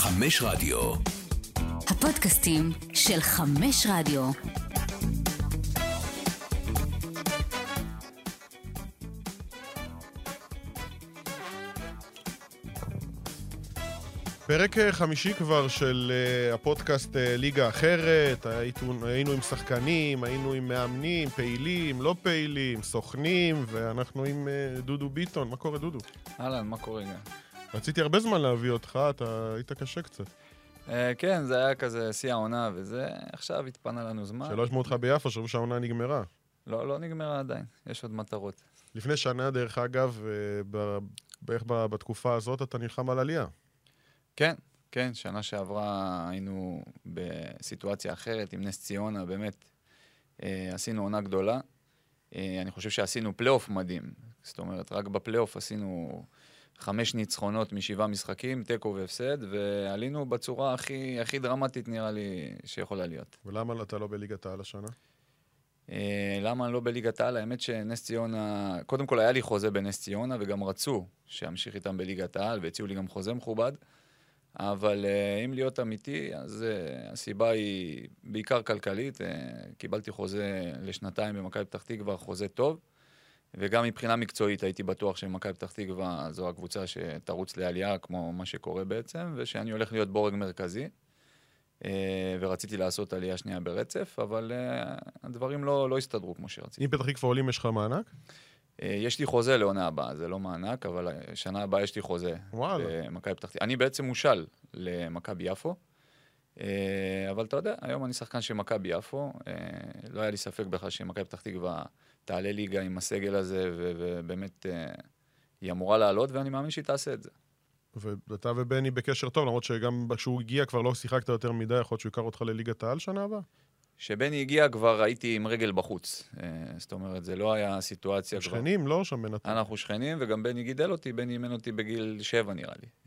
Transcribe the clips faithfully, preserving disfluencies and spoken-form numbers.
חמש רדיו. הפודקאסטים של חמש רדיו. פרק חמישי כבר של הפודקאסט ליגה אחרת. היינו עם שחקנים, היינו עם מאמנים, פעילים, לא פעילים, סוכנים, ואנחנו עם דודו ביטון. מה קורה, דודו? אהלן, מה קורה גם? רציתי הרבה זמן להביא אותך, אתה היית קשה קצת. כן, זה היה כזה שיא העונה, וזה עכשיו התפנה לנו זמן. שלא ישמעו אותך ביפו, שחשבו שהעונה נגמרה. לא, לא נגמרה עדיין, יש עוד מטרות. לפני שנה, דרך אגב, בערך בתקופה הזאת, אתה נלחם על עלייה. כן, כן, שנה שעברה היינו בסיטואציה אחרת עם נס ציונה, באמת עשינו עונה גדולה. אני חושב שעשינו פלייאוף מדהים. זאת אומרת, רק בפלייאוף עשינו חמש ניצחונות משבעה משחקים, טקו והפסד, ועלינו בצורה הכי, הכי דרמטית נראה לי שיכולה להיות. ולמה אתה לא בליגת העל השנה? למה לא בליגת העל? האמת שנס ציונה, קודם כל היה לי חוזה בנס ציונה, וגם רצו שאמשיך איתם בליגת העל, והציעו לי גם חוזה מכובד. אבל אם להיות אמיתי, אז הסיבה היא בעיקר כלכלית. קיבלתי חוזה לשנתיים במכבי פתח תקווה, חוזה טוב, וגם מבחינה מקצועית הייתי בטוח שמכבי פתח תקווה זו הקבוצה שתרוץ לעלייה, כמו מה שקורה בעצם, ושאני הולך להיות בורג מרכזי, ורציתי לעשות עלייה שנייה ברצף, אבל הדברים לא, לא הסתדרו כמו שרציתי. אם פתח תקווה עולים, יש לך מענק? יש לי חוזה לעונה הבאה, זה לא מענק, אבל שנה הבאה יש לי חוזה. וואלה. במכבי פתח תקווה. אני בעצם מושל למכבי יפו, אבל אתה יודע, היום אני שחקן של מכבי יפו, לא היה לי ספק בכלל שמכבי פתח תקווה תעלה ליגה עם הסגל הזה, ובאמת היא אמורה לעלות, ואני מאמין שהיא תעשה את זה. ואתה ובני בקשר טוב, למרות שגם כשהוא הגיע כבר לא שיחקת יותר מדי, יכול להיות שהוא יקר אותך לליגת העל שנה הבאה? שבני הגיע כבר הייתי עם רגל בחוץ. זאת אומרת, זה לא היה סיטואציה כבר. שכנים, לא? שם בנתניה. אנחנו שכנים, וגם בני גידל אותי, בני אימן אותי בגיל שבע נראה לי.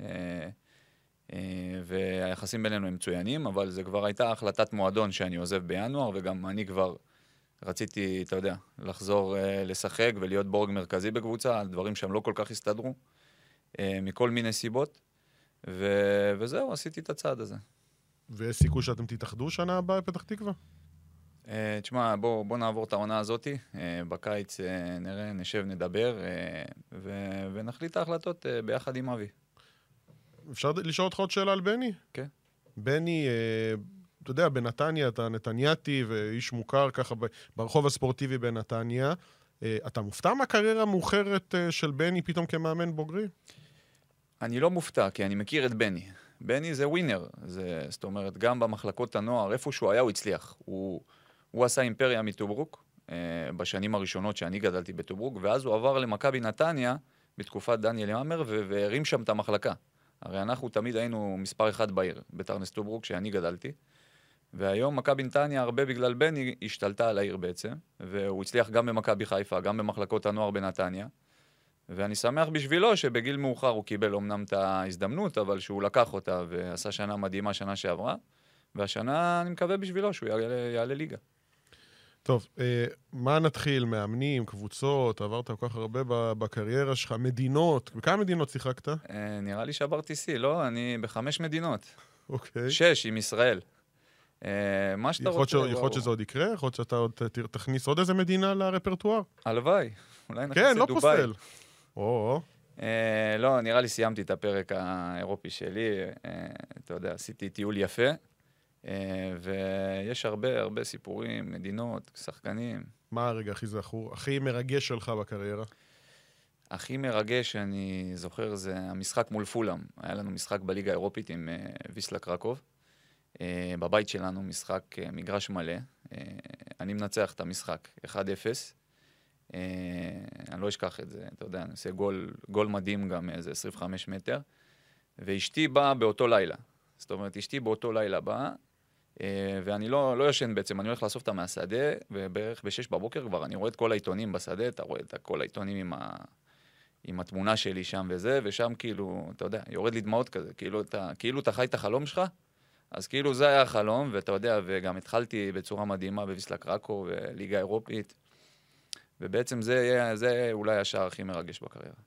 והיחסים בינינו הם מצוינים, אבל זה כבר הייתה החלטת מועדון שאני עוזב בינואר, וגם אני כבר רציתי, אתה יודע, לחזור לשחק ולהיות בורג מרכזי בקבוצה, על דברים שהם לא כל כך הסתדרו, מכל מיני סיבות, וזהו, עשיתי את הצעד הזה. ויש סיכוי שאתם תתאחדו שנה הבאה בפתח תקווה? תשמע, בוא, בוא נעבור את העונה הזאת, בקיץ נראה, נשב, נדבר, ו- ונחליט את ההחלטות ביחד עם אבי. אפשר לשאול אותך עוד שאלה על בני? כן. בני, אתה יודע, בנתניה אתה נתניאתי ואיש מוכר ככה ברחוב הספורטיבי בנתניה. אתה מופתע מהקריירה המאוחרת של בני פתאום כמאמן בוגרי? אני לא מופתע, כי אני מכיר את בני. בני זה ווינר, זה, זאת אומרת, גם במחלקות הנוער, איפה שהוא היה, הוא הצליח. הוא, הוא עשה אימפריה מטוברוק, אה, בשנים הראשונות שאני גדלתי בטוברוק, ואז הוא עבר למכבי נתניה, בתקופת דניאל ימר, והרים שם את המחלקה. הרי אנחנו תמיד היינו מספר אחד בעיר, בתרנס טוברוק, שאני גדלתי, והיום מכבי נתניה, הרבה בגלל בני, השתלטה על העיר בעצם, והוא הצליח גם במכבי חיפה, גם במחלקות הנוער בנתניה, ואני שמח בשבילו שבגיל מאוחר הוא קיבל אומנם את ההזדמנות, אבל שהוא לקח אותה ועשה שנה מדהימה שנה שעברה, והשנה אני מקווה בשבילו שהוא יעלה, יעלה ליגה. טוב, מה נתחיל? מאמנים, קבוצות, עברת כל כך הרבה בקריירה שלך, מדינות, בכמה מדינות שיחקת? נראה לי שעברתי סי, לא? אני בחמש מדינות. אוקיי. שש עם ישראל. מה שאתה רוצה... יכול להיות שזה עוד יקרה? יכול להיות שאתה עוד תכניס עוד איזה מדינה לרפרטואר? הלוואי. אולי נכנס כן, לא לדוביי. פוסל. או, אה, לא, נראה לי סיימתי את הפרק האירופי שלי, אה, אתה יודע, עשיתי טיול יפה, אה, ויש הרבה, הרבה סיפורים, מדינות, שחקנים. מה הרגע הכי זכור, הכי מרגש שלך בקריירה? הכי מרגש, אני זוכר, זה המשחק מול פולאם. היה לנו משחק בליגה האירופית עם אה, ויסלה קרקוב. אה, בבית שלנו משחק אה, מגרש מלא. אה, אני מנצח את המשחק אחד אפס. Uh, אני לא אשכח את זה, אתה יודע, אני עושה גול, גול מדהים גם, איזה עשרים וחמישה מטר, ואשתי באה באותו לילה. זאת אומרת, אשתי באותו לילה באה, uh, ואני לא, לא ישן בעצם, אני הולך לאסוף אותה מהשדה, ובערך בשש בבוקר כבר אני רואה את כל העיתונים בשדה, אתה רואה את כל העיתונים עם, ה... עם התמונה שלי שם וזה, ושם כאילו, אתה יודע, יורד לי דמעות כזה, כאילו אתה, כאילו אתה חי את החלום שלך, אז כאילו זה היה החלום, ואתה יודע, וגם התחלתי בצורה מדהימה בוויסלה קרקוב, וליגה אירופית, ובעצם זה, זה אולי השער הכי מרגש בקריירה.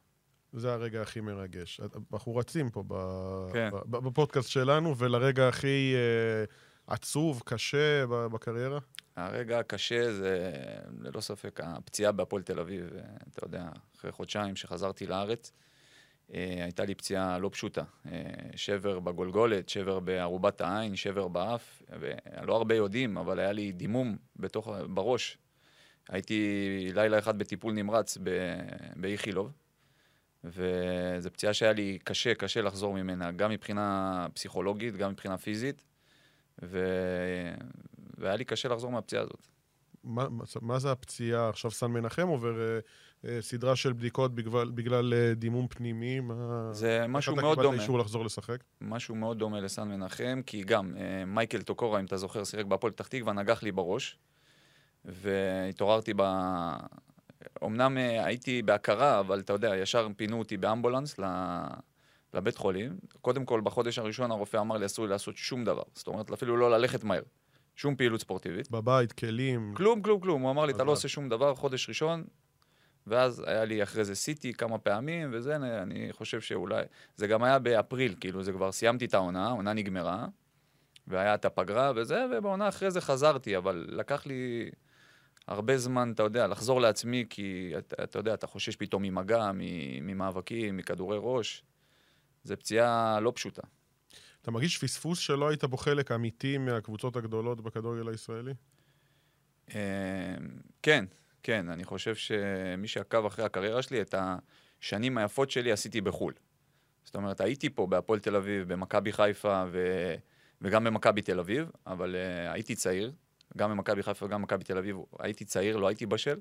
זה הרגע הכי מרגש. אנחנו רצים פה כן. בפודקאסט שלנו, ולרגע הכי עצוב, קשה בקריירה? הרגע הקשה זה ללא ספק הפציעה בהפועל תל אביב. אתה יודע, אחרי חודשיים שחזרתי לארץ, הייתה לי פציעה לא פשוטה. שבר בגולגולת, שבר בערובת העין, שבר באף. לא הרבה יודעים, אבל היה לי דימום בתוך, בראש. הייתי לילה אחד בטיפול נמרץ באיכילוב, וזו פציעה שהיה לי קשה, קשה לחזור ממנה, גם מבחינה פסיכולוגית, גם מבחינה פיזית, ו... והיה לי קשה לחזור מהפציעה הזאת. מה, מה זה הפציעה? עכשיו סן מנחם עובר אה, אה, סדרה של בדיקות בגלל, בגלל אה, דימום פנימי? מה... זה משהו מאוד דומה. אתה קיבלת אישור לחזור לשחק? משהו מאוד דומה לסן מנחם, כי גם אה, מייקל טוקורה, אם אתה זוכר, שיחק בהפועל פתח תקווה, נגח לי בראש, והתעוררתי ב... אמנם הייתי בהכרה, אבל אתה יודע, ישר פינו אותי באמבולנס לבית חולים. קודם כל, בחודש הראשון הרופא אמר לי, אסור לי לעשות שום דבר. זאת אומרת, אפילו לא ללכת מהר. שום פעילות ספורטיבית. בבית, כלים. כלום, כלום, כלום. הוא אמר לי, אתה לא עושה שום דבר, חודש ראשון. ואז היה לי אחרי זה סיטי כמה פעמים, וזה, אני חושב שאולי... זה גם היה באפריל, כאילו, זה כבר סיימתי את העונה, העונה נגמרה, והיה את הפגרה וזה, ובעונה אחרי זה חזרתי, אבל לקח לי... הרבה זמן, אתה יודע, לחזור לעצמי, כי אתה, אתה יודע, אתה חושש פתאום ממגע, ממאבקים, מכדורי ראש. זו פציעה לא פשוטה. אתה מרגיש פספוס שלא היית בו חלק אמיתי מהקבוצות הגדולות בכדורגל הישראלי? כן, כן. אני חושב שמי שעקב אחרי הקריירה שלי, את השנים היפות שלי עשיתי בחול. זאת אומרת, הייתי פה בהפועל תל אביב, במכבי חיפה ו... וגם במכבי תל אביב, אבל uh, הייתי צעיר. גם במכבי חיפה וגם במכבי תל אביב, הייתי צעיר, לא הייתי בשל.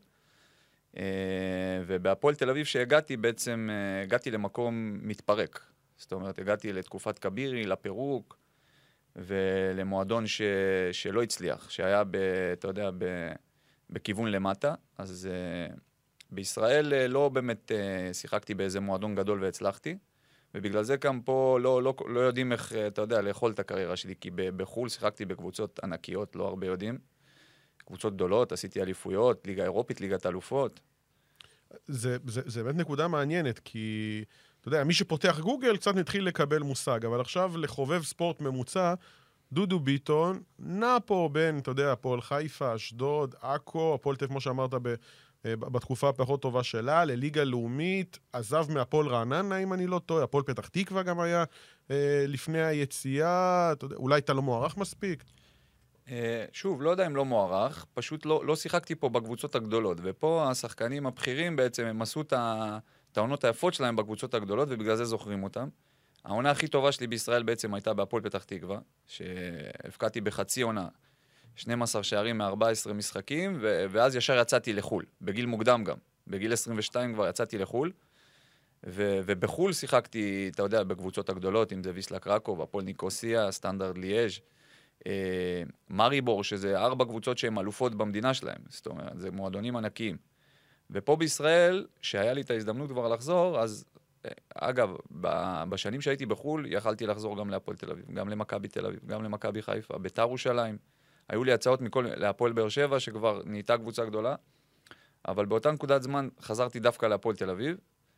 ובהפועל תל אביב שהגעתי, בעצם הגעתי למקום מתפרק. זאת אומרת, הגעתי לתקופת כבירי, לפירוק, ולמועדון ש... שלא הצליח, שהיה, ב... אתה יודע, ב... בכיוון למטה. אז בישראל לא באמת שיחקתי באיזה מועדון גדול והצלחתי, ובגלל זה גם פה לא, לא, לא יודעים איך, אתה יודע, לאכול את הקריירה שלי, כי בחול שיחקתי בקבוצות ענקיות, לא הרבה יודעים. קבוצות גדולות, עשיתי אליפויות, ליגה אירופית, ליגת אלופות. זה, זה, זה באמת נקודה מעניינת, כי, אתה יודע, מי שפותח גוגל קצת נתחיל לקבל מושג, אבל עכשיו לחובב ספורט ממוצע, דודו ביטון, נע פה בין, אתה יודע, הפועל חיפה, אשדוד, עכו, הפועל תל אביב, כמו שאמרת, ב... בתקופה הפחות טובה שלה, לליגה לאומית, עזב מהפועל רעננה, אם אני לא טועה, הפועל פתח תקווה גם היה אה, לפני היציאה, אתה יודע, אולי אתה לא מוערך מספיק? אה, שוב, לא יודע אם לא מוערך, פשוט לא, לא שיחקתי פה בקבוצות הגדולות, ופה השחקנים הבכירים בעצם, הם עשו את העונות היפות שלהם בקבוצות הגדולות, ובגלל זה זוכרים אותם. העונה הכי טובה שלי בישראל בעצם הייתה בהפועל פתח תקווה, שהפקעתי בחצי עונה, שנים עשר שערים מ-ארבעה עשר משחקים, ו- ואז ישר יצאתי לחול, בגיל מוקדם גם. בגיל עשרים ושתיים כבר יצאתי לחול, ו- ובחול שיחקתי, אתה יודע, בקבוצות הגדולות, אם זה ויסלה קרקוב, הפועל ניקוסיה, סטנדרט ליאז', אה, מריבור, שזה ארבע קבוצות שהן אלופות במדינה שלהם, זאת אומרת, זה מועדונים ענקיים. ופה בישראל, שהיה לי את ההזדמנות כבר לחזור, אז אגב, ב- בשנים שהייתי בחול, יכלתי לחזור גם להפועל תל אביב, גם למכבי תל אביב, גם למכבי חיפה, בית"ר ירושלים. היו לי הצעות מכל, להפועל באר שבע, שכבר נהייתה קבוצה גדולה, אבל באותה נקודת זמן חזרתי דווקא להפועל תל אביב,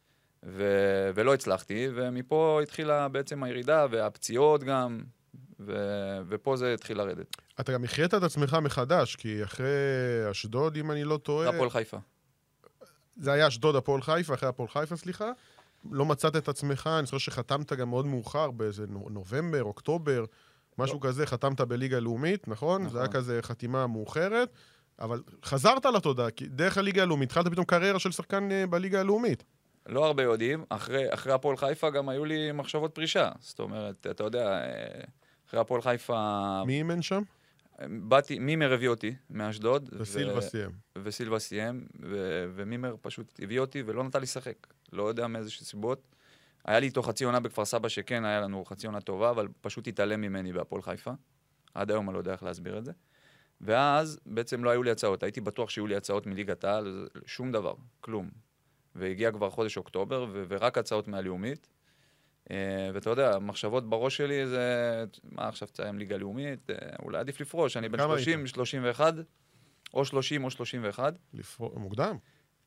ו- ולא הצלחתי, ומפה התחילה בעצם הירידה, והפציעות גם, ו- ופה זה התחיל לרדת. אתה גם החייאת את עצמך מחדש, כי אחרי אשדוד, אם אני לא טועה... זה הפועל חיפה. זה היה אשדוד הפועל חיפה, אחרי הפועל חיפה, סליחה. לא מצאת את עצמך, אני חושב שחתמת גם מאוד מאוחר, באיזה נובמבר, אוקטובר, משהו לא. כזה, חתמת בליגה לאומית, נכון? נכון? זה היה כזה חתימה מאוחרת, אבל חזרת לתודעה, כי דרך הליגה הלאומית, התחלת פתאום קריירה של שחקן בליגה הלאומית. לא הרבה יודעים, אחרי, אחרי הפועל חיפה גם היו לי מחשבות פרישה, זאת אומרת, אתה יודע, אחרי הפועל חיפה... מי אימן שם? באתי, מימר הביא אותי מאשדוד. וסילבה ו... סיים. וסילבה סיים, ו... ומימר פשוט הביא אותי ולא נתן לי לשחק. לא יודע מאיזה סיבות. היה לי איתו חצי עונה בכפר סבא שכן, היה לנו חצי עונה טובה, אבל פשוט התעלם ממני בהפועל חיפה. עד היום אני לא יודע איך להסביר את זה. ואז בעצם לא היו לי הצעות. הייתי בטוח שיהיו לי הצעות מליגת העל, שום דבר, כלום. והגיע כבר חודש אוקטובר, ו... ורק הצעות מהלאומית. ואתה יודע, המחשבות בראש שלי זה, מה עכשיו תסיים ליגה לאומית? אולי עדיף לפרוש, אני בן שלושים, שלושים ואחת, או שלושים או שלושים ואחת. לפרוש, מוקדם.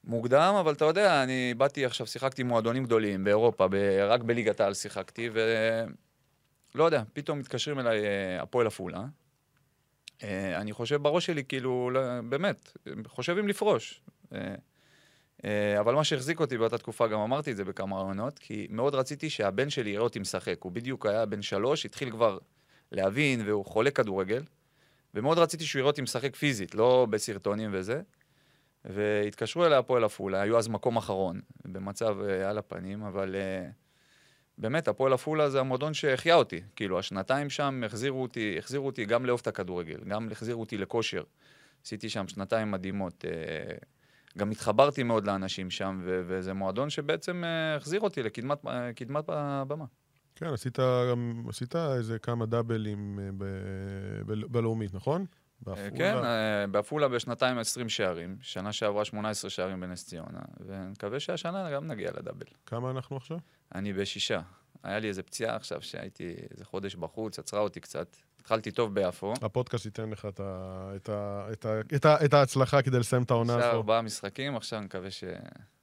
מוקדם, אבל אתה יודע, אני באתי עכשיו, שיחקתי מועדונים גדולים באירופה, ב... רק בליגת העל שיחקתי, ולא יודע, פתאום מתקשרים אליי הפועל עפולה. אני חושב בראש שלי, כאילו, באמת, חושב אם לפרוש. אבל מה שהחזיק אותי באותה תקופה, גם אמרתי את זה בכמה רעיונות, כי מאוד רציתי שהבן שלי יראה אותי משחק. הוא בדיוק היה בן שלוש, התחיל כבר להבין, והוא חולה כדורגל, ומאוד רציתי שהוא יראה אותי משחק פיזית, לא בסרטונים וזה. והתקשרו אליי הפועל עפולה, היו אז מקום אחרון, במצב על הפנים, אבל באמת, הפועל עפולה זה המועדון שהחיה אותי. כאילו, השנתיים שם החזירו אותי, החזירו אותי גם לאהוב את הכדורגל, גם החזירו אותי לכושר. עשיתי שם שנתיים מדהימות. גם התחברתי מאוד לאנשים שם, וזה מועדון שבעצם החזיר אותי לקדמת הבמה. כן, עשית גם, עשית איזה כמה דאבלים בלאומית, נכון? כן, בעפולה בשנתיים עשרים שערים, שנה שעברה שמונה עשרה שערים בנס ציונה, ונקווה שהשנה גם נגיע לדאבל. כמה אנחנו עכשיו? אני בשישה. היה לי איזה פציעה עכשיו שהייתי איזה חודש בחוץ, עצרה אותי קצת. התחלתי טוב ביפו. הפודקאסט ייתן לך את, את, את, את, את ההצלחה כדי לסיים את העונה הזו. ארבעה משחקים, עכשיו אני מקווה ש...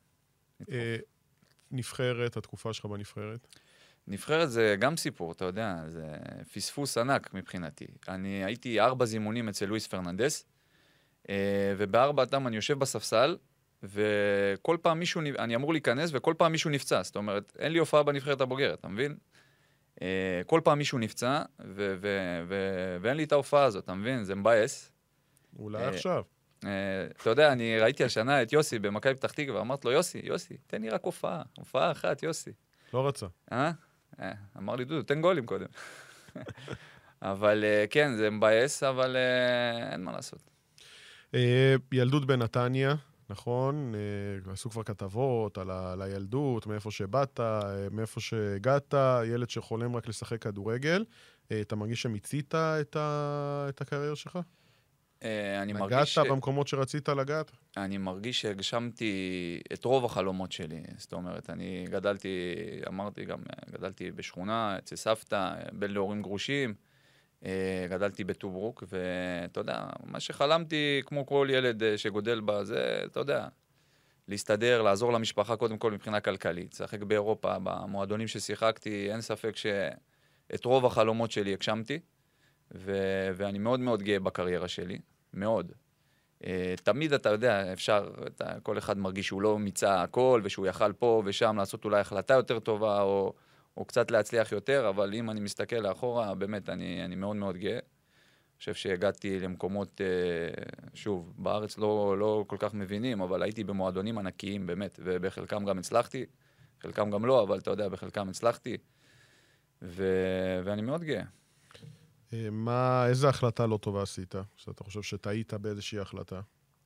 נבחרת, התקופה שלך בנבחרת? נבחרת זה גם סיפור, אתה יודע, זה פספוס ענק מבחינתי. אני הייתי ארבע זימונים אצל לואיס פרננדס, ובארבע אתם אני יושב בספסל, וכל פעם מישהו, אני אמור להיכנס, וכל פעם מישהו נפצע. זאת אומרת, אין לי הופעה בנבחרת הבוגרת, אתה מבין? כל פעם מישהו נפצע, ו- ו- ו- ואין לי את ההופעה הזאת, אתה מבין? זה מבאס. אולי עכשיו. אתה יודע, אני ראיתי השנה את יוסי במכבי פתח תקווה, ואמרתי לו, יוסי, יוסי, תן לי רק הופעה, הופעה אחת, יוסי. לא רצה. אה? אמר לי, דודו, תן גולים קודם. אבל כן, זה מבאס, אבל אין מה לעשות. ילדות בנתניה, נכון? עשו כבר כתבות על הילדות, מאיפה שבאת, מאיפה שהגעת, ילד שחולם רק לשחק כדורגל. אתה מרגיש שמיצית את הקריירה שלך? אני מרגיש... נגעת במקומות שרצית לגעת? אני מרגיש שהגשמתי את רוב החלומות שלי. זאת אומרת, אני גדלתי, אמרתי גם, גדלתי בשכונה, אצל סבתא, בין להורים גרושים, גדלתי בטוברוק, ואתה יודע, מה שחלמתי, כמו כל ילד שגודל בה, זה, אתה יודע, להסתדר, לעזור למשפחה קודם כל מבחינה כלכלית. לשחק באירופה, במועדונים ששיחקתי, אין ספק שאת רוב החלומות שלי הגשמתי, ו- ואני מאוד מאוד גאה בקריירה שלי, מאוד. Uh, תמיד אתה יודע, אפשר, אתה, כל אחד מרגיש שהוא לא מיצה הכל, ושהוא יכל פה ושם לעשות אולי החלטה יותר טובה, או, או קצת להצליח יותר, אבל אם אני מסתכל לאחורה, באמת, אני, אני מאוד מאוד גאה. אני חושב שהגעתי למקומות, uh, שוב, בארץ לא, לא כל כך מבינים, אבל הייתי במועדונים ענקיים, באמת, ובחלקם גם הצלחתי, חלקם גם לא, אבל אתה יודע, בחלקם הצלחתי, ו- ואני מאוד גאה. מה, איזה החלטה לא טובה עשית? שאתה חושב שטעית באיזושהי החלטה?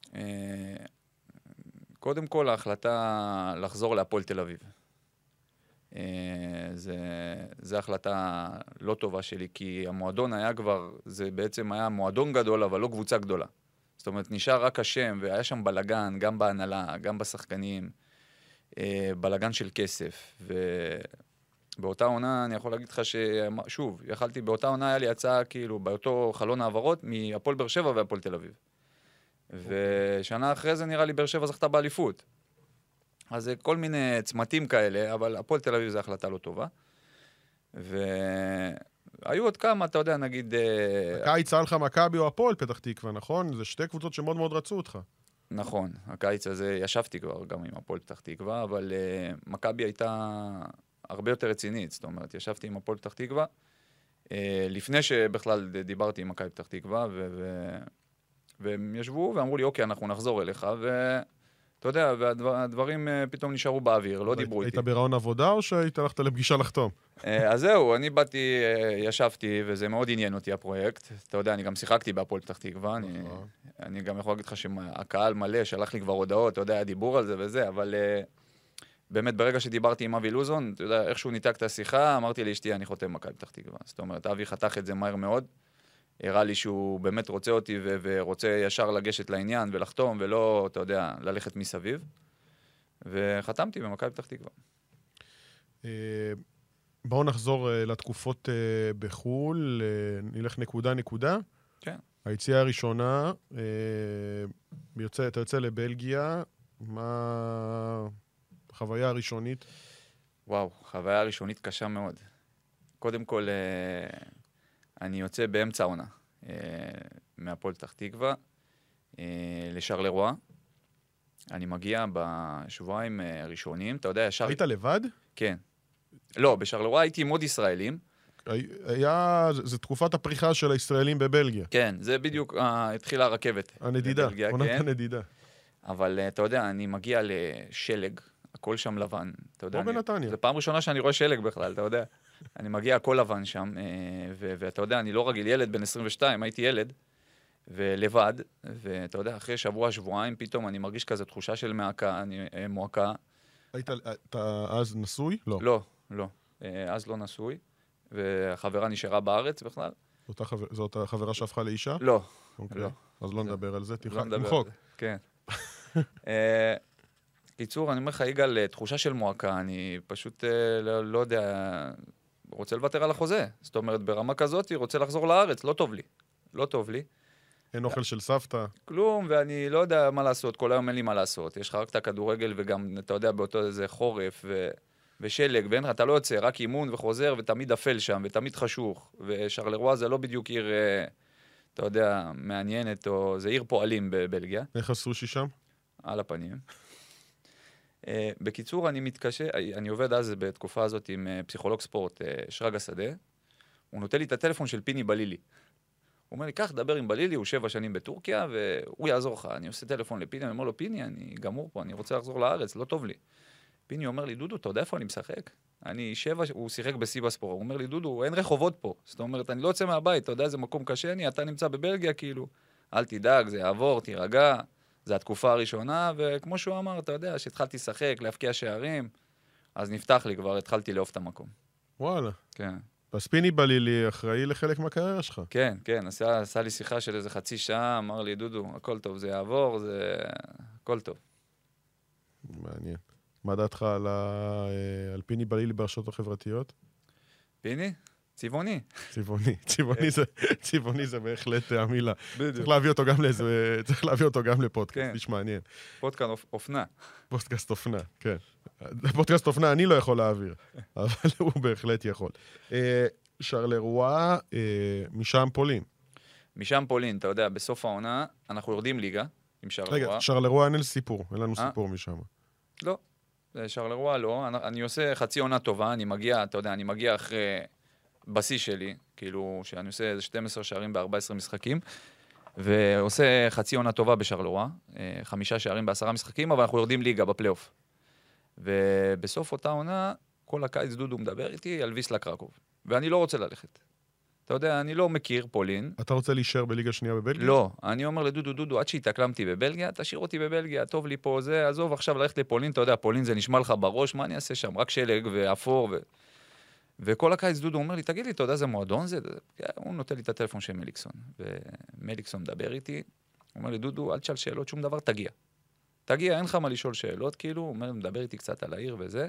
קודם כל, ההחלטה לחזור להפועל תל אביב. זה, זה החלטה לא טובה שלי, כי המועדון היה כבר, זה בעצם היה מועדון גדול, אבל לא קבוצה גדולה. זאת אומרת, נשאר רק השם, והיה שם בלגן, גם בהנהלה, גם בשחקנים, בלגן של כסף, ו... באותה עונה, אני יכול להגיד לך ששוב, יכלתי, באותה עונה היה לי הצעה, כאילו, באותו חלון העברות, מהפועל באר שבע והפועל תל אביב. ושנה אחרי זה נראה לי באר שבע זכתה באליפות. אז זה כל מיני צמתים כאלה, אבל הפועל תל אביב זו החלטה לא טובה. והיו עוד כמה, אתה יודע, נגיד... הקיץ היה לך מכבי או הפועל פתח תקווה, נכון? זה שתי קבוצות שמאוד מאוד רצו אותך. נכון, הקיץ הזה ישבתי כבר גם עם הפועל פתח תקווה, אבל מכבי הייתה... הרבה יותר רצינית, זאת אומרת, ישבתי עם הפועל פתח תקווה, לפני שבכלל דיברתי עם מכבי פתח תקווה, והם ישבו ואמרו לי, אוקיי, אנחנו נחזור אליך, ואתה יודע, והדברים פתאום נשארו באוויר, לא דיברו איתי. היית ברעיון עבודה או שהיית הלכת לפגישה לחתום? אז זהו, אני באתי, ישבתי, וזה מאוד עניין אותי הפרויקט. אתה יודע, אני גם שיחקתי בהפועל פתח תקווה, אני גם יכול להגיד לך שהקהל מלא, שלח לי כבר הודעות, אתה יודע, היה דיבור על זה וזה, אבל... באמת, ברגע שדיברתי עם אבי לוזון, אתה יודע, איך שהוא ניתק את השיחה, אמרתי לאשתי, אני חותם מכבי פתח תקווה. זאת אומרת, אבי חתך את זה מהר מאוד, הראה לי שהוא באמת רוצה אותי ו- ורוצה ישר לגשת לעניין ולחתום, ולא, אתה יודע, ללכת מסביב. וחתמתי במכבי פתח תקווה. בואו נחזור לתקופות בחול, נלך נקודה נקודה. כן. היציאה הראשונה, אתה יוצא לבלגיה, מה החוויה הראשונית? וואו, חוויה ראשונית קשה מאוד. קודם כל, אני יוצא באמצע העונה, מהפועל פתח תקווה, לשרלרואה. אני מגיע בשבועיים הראשונים, אתה יודע, ישר... היית לבד? כן. לא, בשרלרואה הייתי עם עוד ישראלים. היה, זו תקופת הפריחה של הישראלים בבלגיה. כן, זה בדיוק, התחילה הרכבת. הנדידה, עונת הנדידה. אבל אתה יודע, אני מגיע לשלג, הכל שם לבן. או בנתניה. זו פעם ראשונה שאני רואה שלג בכלל, אתה יודע. אני מגיע, הכל לבן שם, ואתה יודע, אני לא רגיל, ילד בן עשרים ושתיים, הייתי ילד, ולבד, ואתה יודע, אחרי שבוע, שבועיים, פתאום אני מרגיש כזה תחושה של מעקה, מועקה. היית, אתה אז נשוי? לא. לא, לא. אז לא נשוי, והחברה נשארה בארץ בכלל. זאת החברה שהפכה לאישה? לא. אוקיי, אז לא נדבר על זה, תמחוק. כן. קיצור, אני אומר לך, יגאל, תחושה של מועקה, אני פשוט לא יודע, רוצה לוותר על החוזה. זאת אומרת, ברמה כזאת, רוצה לחזור לארץ, לא טוב לי. לא טוב לי. אין אוכל של סבתא. כלום, ואני לא יודע מה לעשות, כל היום אין לי מה לעשות. יש לך רק את הכדורגל, וגם, אתה יודע, באותו איזה חורף ו... ושלג, ואין לך, אתה לא יוצא, רק אימון וחוזר, ותמיד אפל שם, ותמיד חשוך. ושרלרואה זה לא בדיוק עיר, אתה יודע, מעניינת, או זה עיר פועלים בבלגיה. איך הסושי שם? על הפנים. בקיצור, אני מתקשה, אני עובד אז בתקופה הזאת עם פסיכולוג ספורט, שרגא שדה. הוא נותן לי את הטלפון של פיני בלילי. הוא אומר לי, כך, דבר עם בלילי, הוא שבע שנים בטורקיה, והוא יעזור לך. אני עושה טלפון לפיני, אני אומר לו, פיני, אני גמור פה, אני רוצה לחזור לארץ, לא טוב לי. פיני אומר לי, דודו, אתה יודע איפה אני משחק? אני שבע, הוא שיחק בסיבספור, הוא אומר לי, דודו, אין רחובות פה. זאת אומרת, אני לא יוצא מהבית, אתה יודע איזה מקום קשה אני, אתה נמצא בבלגיה, כאילו, אל תדאג, זה יעבור, תירגע, זה התקופה הראשונה, וכמו שהוא אמר, אתה יודע, שהתחלתי לשחק, להפקיע שערים, אז נפתח לי כבר, התחלתי לאהוב את המקום. וואלה. כן. אז פיני בלילי אחראי לחלק מהקריירה שלך. כן, כן, עשה, עשה לי שיחה של איזה חצי שעה, אמר לי, דודו, הכל טוב, זה יעבור, זה... הכל טוב. מעניין. מה דעתך על, ה... על פיני בלילי ברשתות החברתיות? פיני? צבעוני. צבעוני. צבעוני זה, צבעוני זה בהחלט המילה. בדיוק. צריך להביא אותו גם לאיזה, צריך להביא אותו גם לפודקאסט, איש מעניין. פודקאסט אופנה. פודקאסט אופנה, כן. פודקאסט אופנה אני לא יכול להעביר, אבל הוא בהחלט יכול. שרלרואה, משם פולין. משם פולין, אתה יודע, בסוף העונה, אנחנו יורדים ליגה עם שרלרואה. רגע, שרלרואה אין לי סיפור, אין לנו סיפור משם. לא, שרלרואה לא. אני עושה חצי עונה טובה, אני מגיע, אתה יודע, אני מגיע אחרי בשיא שלי, כאילו, שאני עושה איזה שנים עשר שערים ב-ארבעה עשר משחקים, ועושה חצי עונה טובה בשרלרואה, חמישה שערים בעשרה משחקים, אבל אנחנו יורדים ליגה בפלייאוף. ובסוף אותה עונה, כל הקיץ דודו מדבר איתי על ויסלה קרקוב. ואני לא רוצה ללכת. אתה יודע, אני לא מכיר פולין. אתה רוצה להישאר בליגה שנייה בבלגיה? לא. אני אומר לדודו, דודו, עד שהתאקלמתי בבלגיה, תשאיר אותי בבלגיה, טוב לי פה, זה, עזוב עכשיו ללכת לפולין, אתה יודע, פולין זה נשמע לך בראש, מה אני אעשה שם? רק שלג ואפור ו... וכל הקיץ דודו אומר לי, תגיד לי, אתה יודע, זה מועדון זה? הוא נותן לי את הטלפון של מליקסון. ומליקסון מדבר איתי, הוא אומר לי, דודו, אל תשאל שאלות, שום דבר, תגיע. תגיע, אין לך מה לשאול שאלות, כאילו, הוא אומר, מדבר איתי קצת על העיר וזה.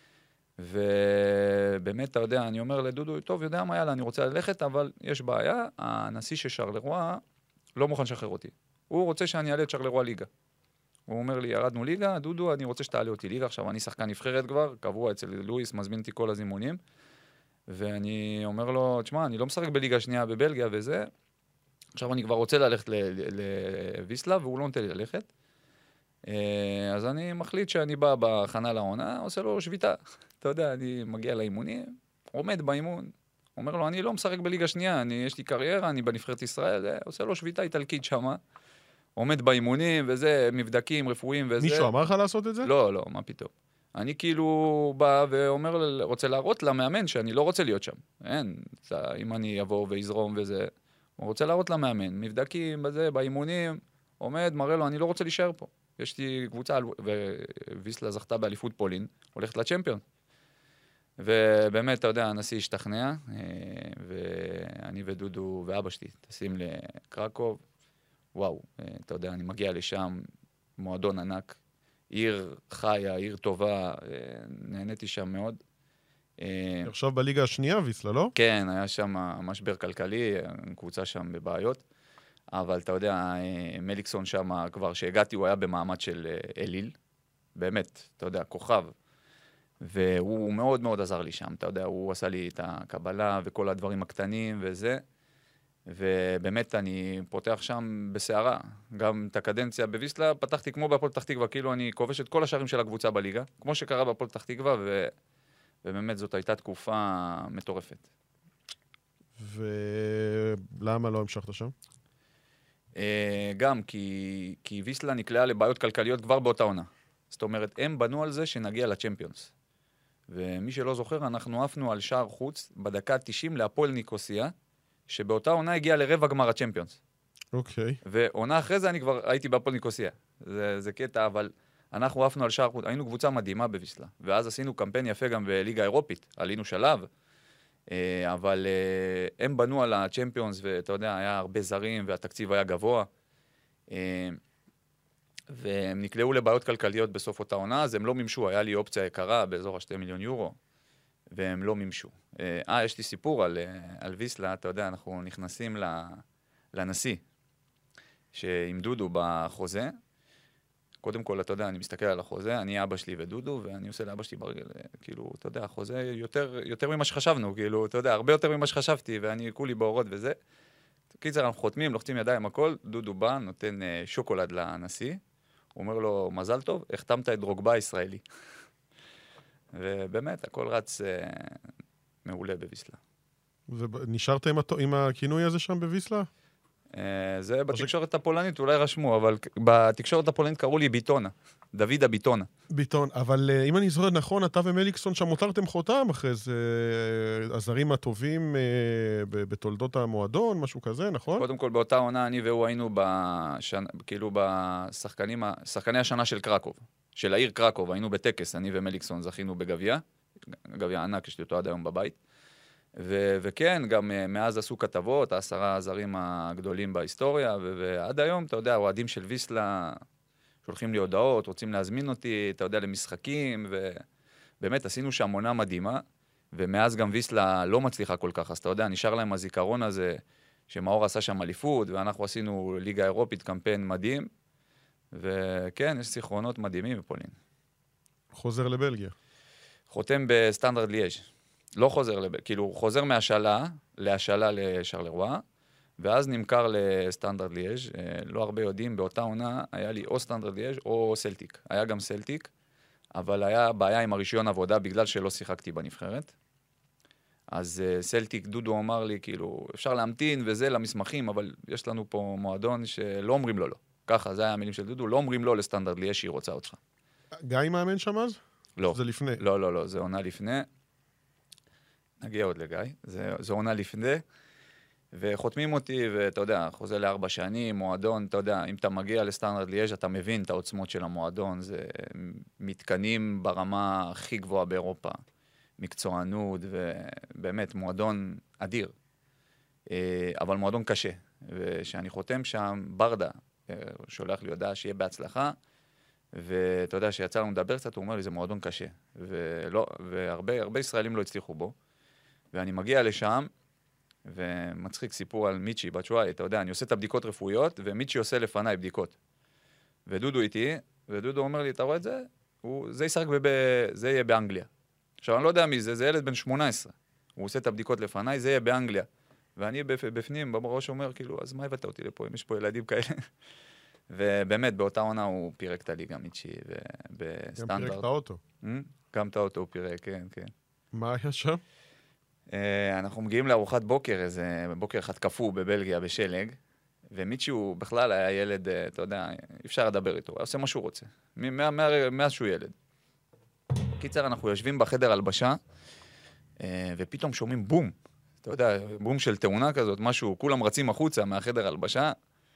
ובאמת, אתה יודע, אני אומר לדודו, טוב, יודע מה, יאללה, אני רוצה ללכת, אבל יש בעיה, הנשיא של שרלרואה לא מוכן לשחרר אותי. הוא רוצה שאני אעלה את שרלרואה ליגה. הוא אומר לי, ירדנו ליגה, דודו, אני רוצה שתעלה אותי ליגה, עכשיו אני שחקן נבחרת כבר, קבוע אצל לואיס, מזמין אותי כל הזימונים, ואני אומר לו, תשמע, אני לא משחק בליגה שנייה בבלגיה וזה, עכשיו אני כבר רוצה ללכת לוויסלה, והוא לא נותן לי ללכת. אז אני מחליט שאני בא בהכנה לעונה, עושה לו שביתה. אתה יודע, אני מגיע לאימונים, עומד באימון, אומר לו, אני לא משחק בליגה שנייה, אני, יש לי קריירה, אני בנבחרת ישראל, עושה לו שביתה איטלקית שמה, עומד באימונים וזה, מבדקים רפואיים וזה. מישהו אמר לך לעשות את זה? לא, לא, מה פתאום. אני כאילו בא ואומר, רוצה להראות למאמן שאני לא רוצה להיות שם. אין, אם אני אבוא ויזרום וזה, הוא רוצה להראות למאמן, מבדקים בזה, באימונים, עומד, מראה לו, אני לא רוצה להישאר פה. יש לי קבוצה, וויסלה זכתה באליפות פולין, הולכת לצ'מפיון. ובאמת, אתה יודע, הנשיא השתכנע, ואני ודודו ואבא שלי טסים לקרקוב. וואו, אתה יודע, אני מגיע לשם, מועדון ענק, עיר חיה, עיר טובה, נהניתי שם מאוד. עכשיו בליגה השנייה, ויסלה, לא? כן, היה שם משבר כלכלי, קבוצה שם בבעיות. אבל אתה יודע, מליקסון שם, כבר שהגעתי, הוא היה במעמד של אליל, באמת, אתה יודע, כוכב. והוא מאוד מאוד עזר לי שם, אתה יודע, הוא עשה לי את הקבלה וכל הדברים הקטנים וזה. ובאמת אני פותח שם בסערה. גם את הקדנציה בוויסלה פתחתי כמו בהפועל פתח תקווה, כאילו אני כובש את כל השערים של הקבוצה בליגה, כמו שקרה בהפועל פתח תקווה, ו... ובאמת זאת הייתה תקופה מטורפת. ולמה לא המשכת שם? גם כי, כי ויסלה נקלעה לבעיות כלכליות כבר באותה עונה. זאת אומרת, הם בנו על זה שנגיע לצ'מפיונס. ומי שלא זוכר, אנחנו עפנו על שער חוץ בדקה תשעים להפועל ניקוסיה, שבאותה עונה הגיעה לרבע גמר הצ'מפיונס. אוקיי. ועונה אחרי זה אני כבר הייתי בהפועל ניקוסיה. זה, זה קטע, אבל אנחנו עפנו על שער חוץ. היינו קבוצה מדהימה בוויסלה. ואז עשינו קמפיין יפה גם בליגה האירופית. עלינו שלב. אבל הם בנו על הצ'מפיונס, ואתה יודע, היה הרבה זרים, והתקציב היה גבוה. והם נקלעו לבעיות כלכליות בסוף אותה עונה, אז הם לא מימשו. היה לי אופציה יקרה באזור השתי מיליון יורו. והם לא מימשו. אה, יש לי סיפור על, על ויסלה, אתה יודע, אנחנו נכנסים לנשיא, שעם דודו בחוזה. קודם כל, אתה יודע, אני מסתכל על החוזה, אני אבא שלי ודודו, ואני עושה לאבא שלי ברגל, כאילו, אתה יודע, החוזה יותר, יותר ממה שחשבנו, כאילו, אתה יודע, הרבה יותר ממה שחשבתי, ואני כולי באורות וזה. קיצר, אנחנו חותמים, לוחצים ידיים, הכל, דודו בא, נותן אה, שוקולד לנשיא, הוא אומר לו, מזל טוב, החתמת את דרוגבה הישראלי. ובאמת, הכל רץ אה, מעולה בוויסלה. ונשארת עם, התו, עם הכינוי הזה שם בוויסלה? אה, זה בתקשורת הפולנית, אולי רשמו, אבל בתקשורת הפולנית קראו לי ביטונה, דוד הביטונה. ביטון, אבל אה, אם אני זוכר נכון, אתה ומליקסון שם הותרתם חותם אחרי זה, אה, הזרים הטובים אה, בתולדות המועדון, משהו כזה, נכון? קודם כל, באותה עונה, אני והוא היינו בשנ... כאילו בשחקנים, שחקני השנה של קרקוב. של העיר קרקוב, היינו בטקס, אני ומליקסון זכינו בגביע, גביע ענק, יש לי אותו עד היום בבית, ו- וכן, גם מאז עשו כתבות, העשרה הזרים הגדולים בהיסטוריה, ו- ועד היום, אתה יודע, אוהדים של ויסלה שולחים לי הודעות, רוצים להזמין אותי, אתה יודע, למשחקים, ובאמת עשינו שם עונה מדהימה, ומאז גם ויסלה לא מצליחה כל כך, אז אתה יודע, נשאר להם הזיכרון הזה, שמאור עשה שם אליפות, ואנחנו עשינו ליגה אירופית, קמפיין מדהים, וכן, יש זיכרונות מדהימים בפולין. חוזר לבלגיה. חותם בסטנדרד ליאז'. לא חוזר, לב... כאילו, חוזר מהשאלה, להשאלה לשרלרואה, ואז נמכר לסטנדרד ליאז'. לא הרבה יודעים, באותה עונה היה לי או סטנדרד ליאז' או סלטיק. היה גם סלטיק, אבל היה בעיה עם הרישיון עבודה בגלל שלא שיחקתי בנבחרת. אז סלטיק, דודו אמר לי, כאילו, אפשר להמתין וזה למסמכים, אבל יש לנו פה מועדון שלא אומרים לו לא. ככה, זה היה המילים של דודו, לא אומרים לו לסטנדרד ליאז' שהיא רוצה אותך. גיא מאמן שם אז? לא. זה לפני? לא, לא, לא, זה עונה לפני. נגיע עוד לגיא, זה, זה עונה לפני, וחותמים אותי, ואתה יודע, חוזה לארבע שנים, מועדון, אתה יודע, אם אתה מגיע לסטנדרד ליאז' אתה מבין את העוצמות של המועדון, זה מתקנים ברמה הכי גבוהה באירופה, מקצוענות, ובאמת, מועדון אדיר, אבל מועדון קשה, ושאני חותם שם, ברדה, שולח לי הודעה שיהיה בהצלחה, ואתה יודע, שיצא לנו לדבר קצת, הוא אומר לי, זה מועדון קשה, ולא, והרבה, הרבה ישראלים לא הצליחו בו, ואני מגיע לשם, ומצחיק סיפור על מיצ'י, בצ'וואי, אתה יודע, אני עושה את הבדיקות רפואיות, ומיצ'י עושה לפניי בדיקות. ודודו איתי, ודודו אומר לי, אתה רואה את זה? הוא, זה ישחק בב... זה יהיה באנגליה. עכשיו, אני לא יודע מי זה, זה ילד בן שמונה עשרה. הוא עושה את הבדיקות לפניי, זה יהיה באנגליה. ואני בפנים, בראש אומר, כאילו, אז מה הבאת אותי לפה, אם יש פה ילדים כאלה? ובאמת, באותה עונה הוא פירק את הליגה, מיצ'י, ובסטנדרט. גם פירק את האוטו. גם את האוטו הוא פירק, כן, כן. מה היה שם? אנחנו מגיעים לארוחת בוקר, איזה בוקר אחד קפוא בבלגיה, בשלג, ומיצ'י הוא בכלל היה ילד, אתה יודע, אפשר לדבר איתו, הוא עושה מה שהוא רוצה, מאז שהוא ילד. קיצר, אנחנו יושבים בחדר הלבשה, ופתאום שומעים בום, אתה יודע, בום של תאונה כזאת, משהו, כולם רצים החוצה מהחדר הלבשה,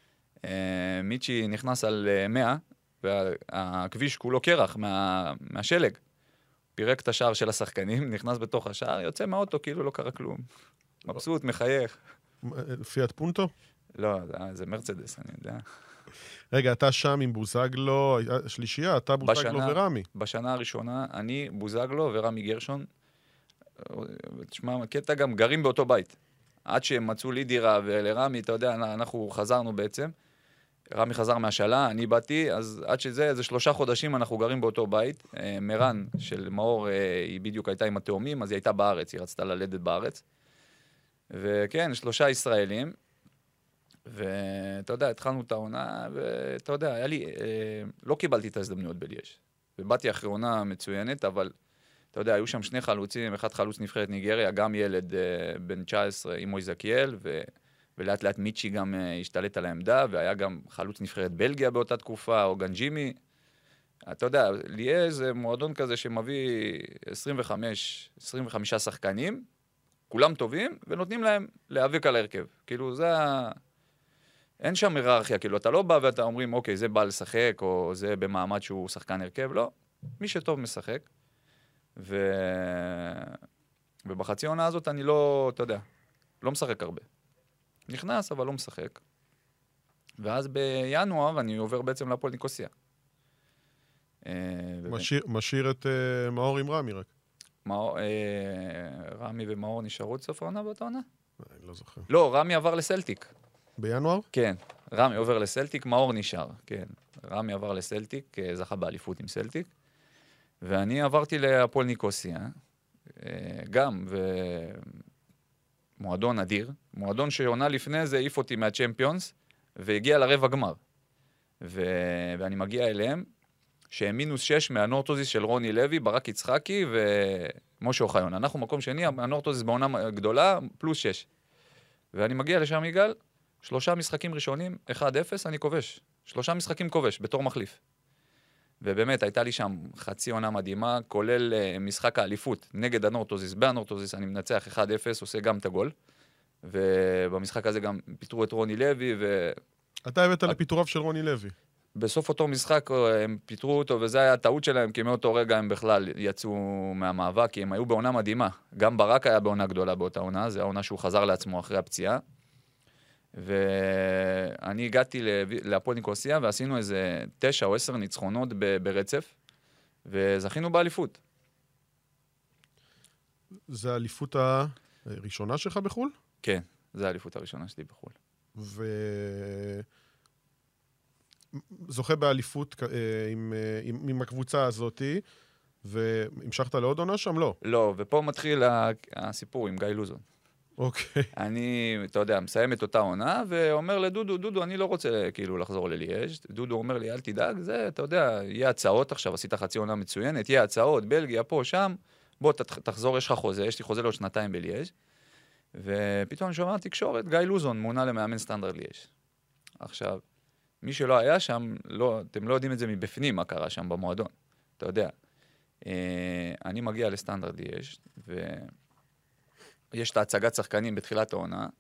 מיצ'י נכנס על מאה, והכביש כולו קרח מה, מהשלג. פירק את השער של השחקנים, נכנס בתוך השער, יוצא מהאוטו, כאילו לא קרה כלום. מבסוט, מחייך. פיאט פונטו? לא, זה מרצדס, אני יודע. רגע, אתה שם עם בוזגלו, שלישייה, אתה בוזגלו ורמי. בשנה הראשונה, אני, בוזגלו ורמי גרשון, תשמע, קטע גם גרים באותו בית. עד שהם מצאו לי דירה ולרמי, אתה יודע, אנחנו חזרנו בעצם, רמי חזר מהשאלה, אני באתי, אז עד שזה, איזה שלושה חודשים אנחנו גרים באותו בית. מרן של מאור, היא בדיוק הייתה עם התאומים, אז היא הייתה בארץ, היא רצתה ללדת בארץ. וכן, שלושה ישראלים. ואתה יודע, התחלנו את העונה, ואתה יודע, היה לי, לא קיבלתי את ההזדמנויות בליאז'. ובאתי אחרי עונה מצוינת, אבל אתה יודע, היו שם שני חלוצים, אחד חלוץ נבחרת ניגריה, גם ילד בן תשע עשרה, אימו איזקיאל, ו... ולאט לאט מיצ'י גם השתלט על העמדה, והיה גם חלוץ נבחרת בלגיה באותה תקופה, או גנג'ימי. אתה יודע, ליאז' זה מועדון כזה שמביא עשרים וחמישה שחקנים, כולם טובים, ונותנים להם להיאבק על ההרכב. כאילו, זה ה... אין שם היררכיה, כאילו, אתה לא בא ואתה אומרים, אוקיי, זה בא לשחק, או זה במעמד שהוא שחקן הרכב, לא. מי שטוב משחק. ו... ובחצי עונה הזאת אני לא, אתה יודע, לא משחק הרבה. נכנס, אבל לא משחק. ואז בינואר אני עובר בעצם להפועל ניקוסיה. משאיר, משאיר את uh, מאור עם רמי רק. מאור, אה, רמי ומאור נשארו את סוף העונה באותה עונה? אני לא זוכר. לא, רמי עבר לסלטיק. בינואר? כן, רמי עובר לסלטיק, מאור נשאר, כן. רמי עבר לסלטיק, זכה באליפות עם סלטיק. ואני עברתי להפועל ניקוסיה, גם, ומועדון אדיר, מועדון שעונה לפני זה העיף אותי מהצ'מפיונס, והגיע לרבע גמר. ו... ואני מגיע אליהם, שהם מינוס שש מהנורטוזיס של רוני לוי, ברק יצחקי ומשה אוחיון. אנחנו מקום שני, הנורטוזיס בעונה גדולה, פלוס שש. ואני מגיע לשם יגאל, שלושה משחקים ראשונים, אחד אפס, אני כובש. שלושה משחקים כובש, בתור מחליף. ובאמת, הייתה לי שם חצי עונה מדהימה, כולל uh, משחק האליפות נגד הנורטוזיס. בהנורטוזיס אני מנצח אחד אפס, עושה גם את הגול. ובמשחק הזה גם פיתרו את רוני לוי. ו... אתה הבאת את... לפיתוריו של רוני לוי. בסוף אותו משחק הם פיתרו אותו, וזה היה הטעות שלהם, כי מאותו רגע הם בכלל יצאו מהמאבק, כי הם היו בעונה מדהימה. גם ברק היה בעונה גדולה באותה עונה, זה העונה שהוא חזר לעצמו אחרי הפציעה. ואני הגעתי להפועל ניקוסיה, ועשינו איזה תשע או עשר ניצחונות ברצף, וזכינו באליפות. זה האליפות הראשונה שלך בחול? כן, זה האליפות הראשונה שלי בחול. ו... זוכה באליפות עם, עם, עם הקבוצה הזאת, והמשכת לעוד עונה שם? לא. לא, ופה מתחיל הסיפור עם גיא לוזון. אוקיי. אני, אתה יודע, מסיים את אותה עונה, ואומר לדודו, דודו, אני לא רוצה כאילו לחזור לליאז'. דודו אומר לי, אל תדאג, זה, אתה יודע, יהיה הצעות עכשיו, עשית חצי עונה מצוינת, יהיה הצעות, בלגיה, פה, שם, בוא תחזור, יש לך חוזה, יש לי חוזה לעוד שנתיים בליאז'. ופתאום שומע תקשורת, גיא לוזון מונה למאמן סטנדרט ליאז'. עכשיו, מי שלא היה שם, לא, אתם לא יודעים את זה מבפנים, מה קרה שם במועדון. אתה יודע. אני מגיע לסטנדרט ליאז' ויש את ההצגת שחקנים בתחילת העונה.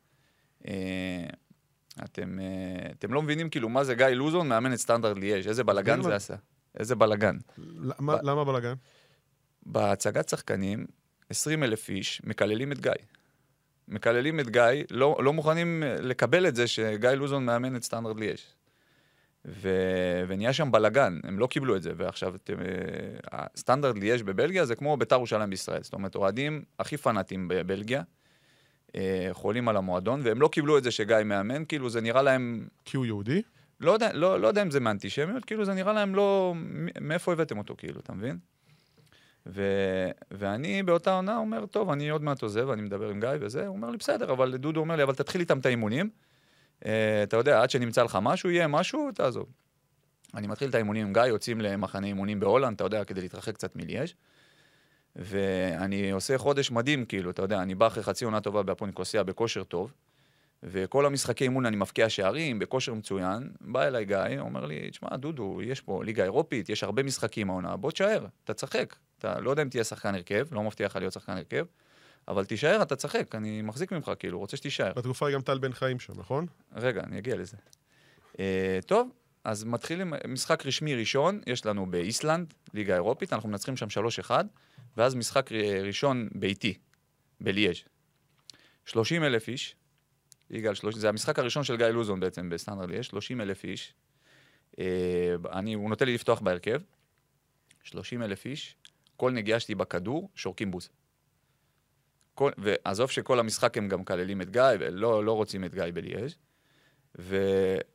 אתם, אתם לא מבינים כאילו מה זה גיא לוזון מאמן את סטנדרט ליאז', איזה בלגן זה עשה. איזה בלגן. למה, למה בלגן? בהצגת שחקנים, עשרים אלף איש מקללים את גיא. מקללים את גיא, לא, לא מוכנים לקבל את זה שגיא לוזון מאמן את סטנדרט ליאז'. ו... ונהיה שם בלגן, הם לא קיבלו את זה, ועכשיו הסטנדרט ליאז' בבלגיה זה כמו בית"ר ירושלים בישראל, זאת אומרת, אוהדים הכי פנאטים בבלגיה, חולים על המועדון, והם לא קיבלו את זה שגיא מאמן, כאילו זה נראה להם... כי הוא יהודי? לא יודע, לא, לא יודע אם זה מאנטישמיות, כאילו זה נראה להם לא... מאיפה הבאתם אותו, כאילו, אתה מבין? ו... ואני באותה עונה אומר, טוב, אני עוד מעט עוזב, אני מדבר עם גיא וזה, הוא אומר לי, בסדר, אבל דודו אומר לי, אבל תתחיל איתם את האימונים, Uh, אתה יודע, עד שנמצא לך משהו, יהיה משהו, תעזוב. אני מתחיל את האימונים עם גיא, יוצאים למחנה אימונים בהולנד, אתה יודע, כדי להתרחק קצת מליאז' ואני עושה חודש מדהים, כאילו, אתה יודע, אני בא אחרי חצי עונה טובה בהפועל ניקוסיה, בכושר טוב, וכל המשחקי אימון אני מפקיע שערים, בכושר מצוין, בא אליי גיא, אומר לי, תשמע, דודו, יש פה ליגה אירופית, יש הרבה משחקים העונה, בוא תשאר, אתה צחק, אתה לא יודע אם תהיה שחקן הרכב, לא מבטיח לך להיות שחקן הרכב, אבל תישאר, אתה צחק, אני מחזיק ממך, כאילו, רוצה שתישאר. בתקופה היא גם טל בן חיים שם, נכון? רגע, אני אגיע לזה. Uh, טוב, אז מתחילים, משחק רשמי ראשון, יש לנו באיסלנד, ליגה אירופית, אנחנו מנצחים שם שלוש אחד, ואז משחק ראשון ביתי, בליאז' שלושים אלף איש, יגאל, שלוש... זה המשחק הראשון של גיא לוזון בעצם, בסטנדרט ליאז' שלושים אלף איש, uh, אני, הוא נוטה לי לפתוח בהרכב, שלושים אלף איש, כל נגיעה שלי בכדור, שורקים בוז. כל, ועזוב שכל המשחק הם גם כללים את גיא, ולא לא רוצים את גיא בליאז'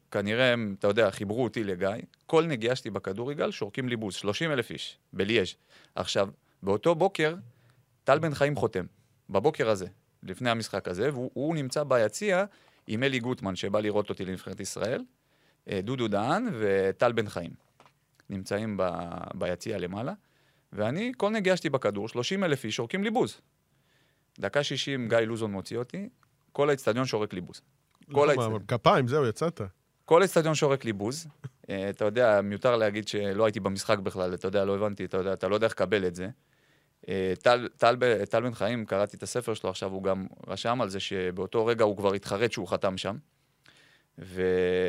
כנראה הם, אתה יודע, חיברו אותי לגיא, כל נגיעה שלי בכדורגל שורקים לי בוז, שלושים אלף איש, בליאז'. עכשיו, באותו בוקר, טל בן חיים חותם, בבוקר הזה, לפני המשחק הזה, והוא נמצא ביציע עם אלי גוטמן, שבא לראות אותי לנבחרת ישראל, דודו דהן וטל בן חיים. נמצאים ב... ביציע למעלה, ואני, כל נגיעה שלי בכדור, שלושים אלף איש שורקים לי בוז. דקה שישים, גיא לוזון מוציא אותי, כל האצטדיון שורק לי בוז. כל האצטדיון. כפיים, זהו, יצאת. כל האצטדיון שורק לי בוז. אתה יודע, מיותר להגיד שלא הייתי במשחק בכלל, אתה יודע, לא הבנתי, אתה יודע, אתה לא יודע איך לקבל את זה. טל, טל, טל בן חיים, קראתי את הספר שלו עכשיו, הוא גם רשם על זה שבאותו רגע הוא כבר התחרט שהוא חתם שם. ו...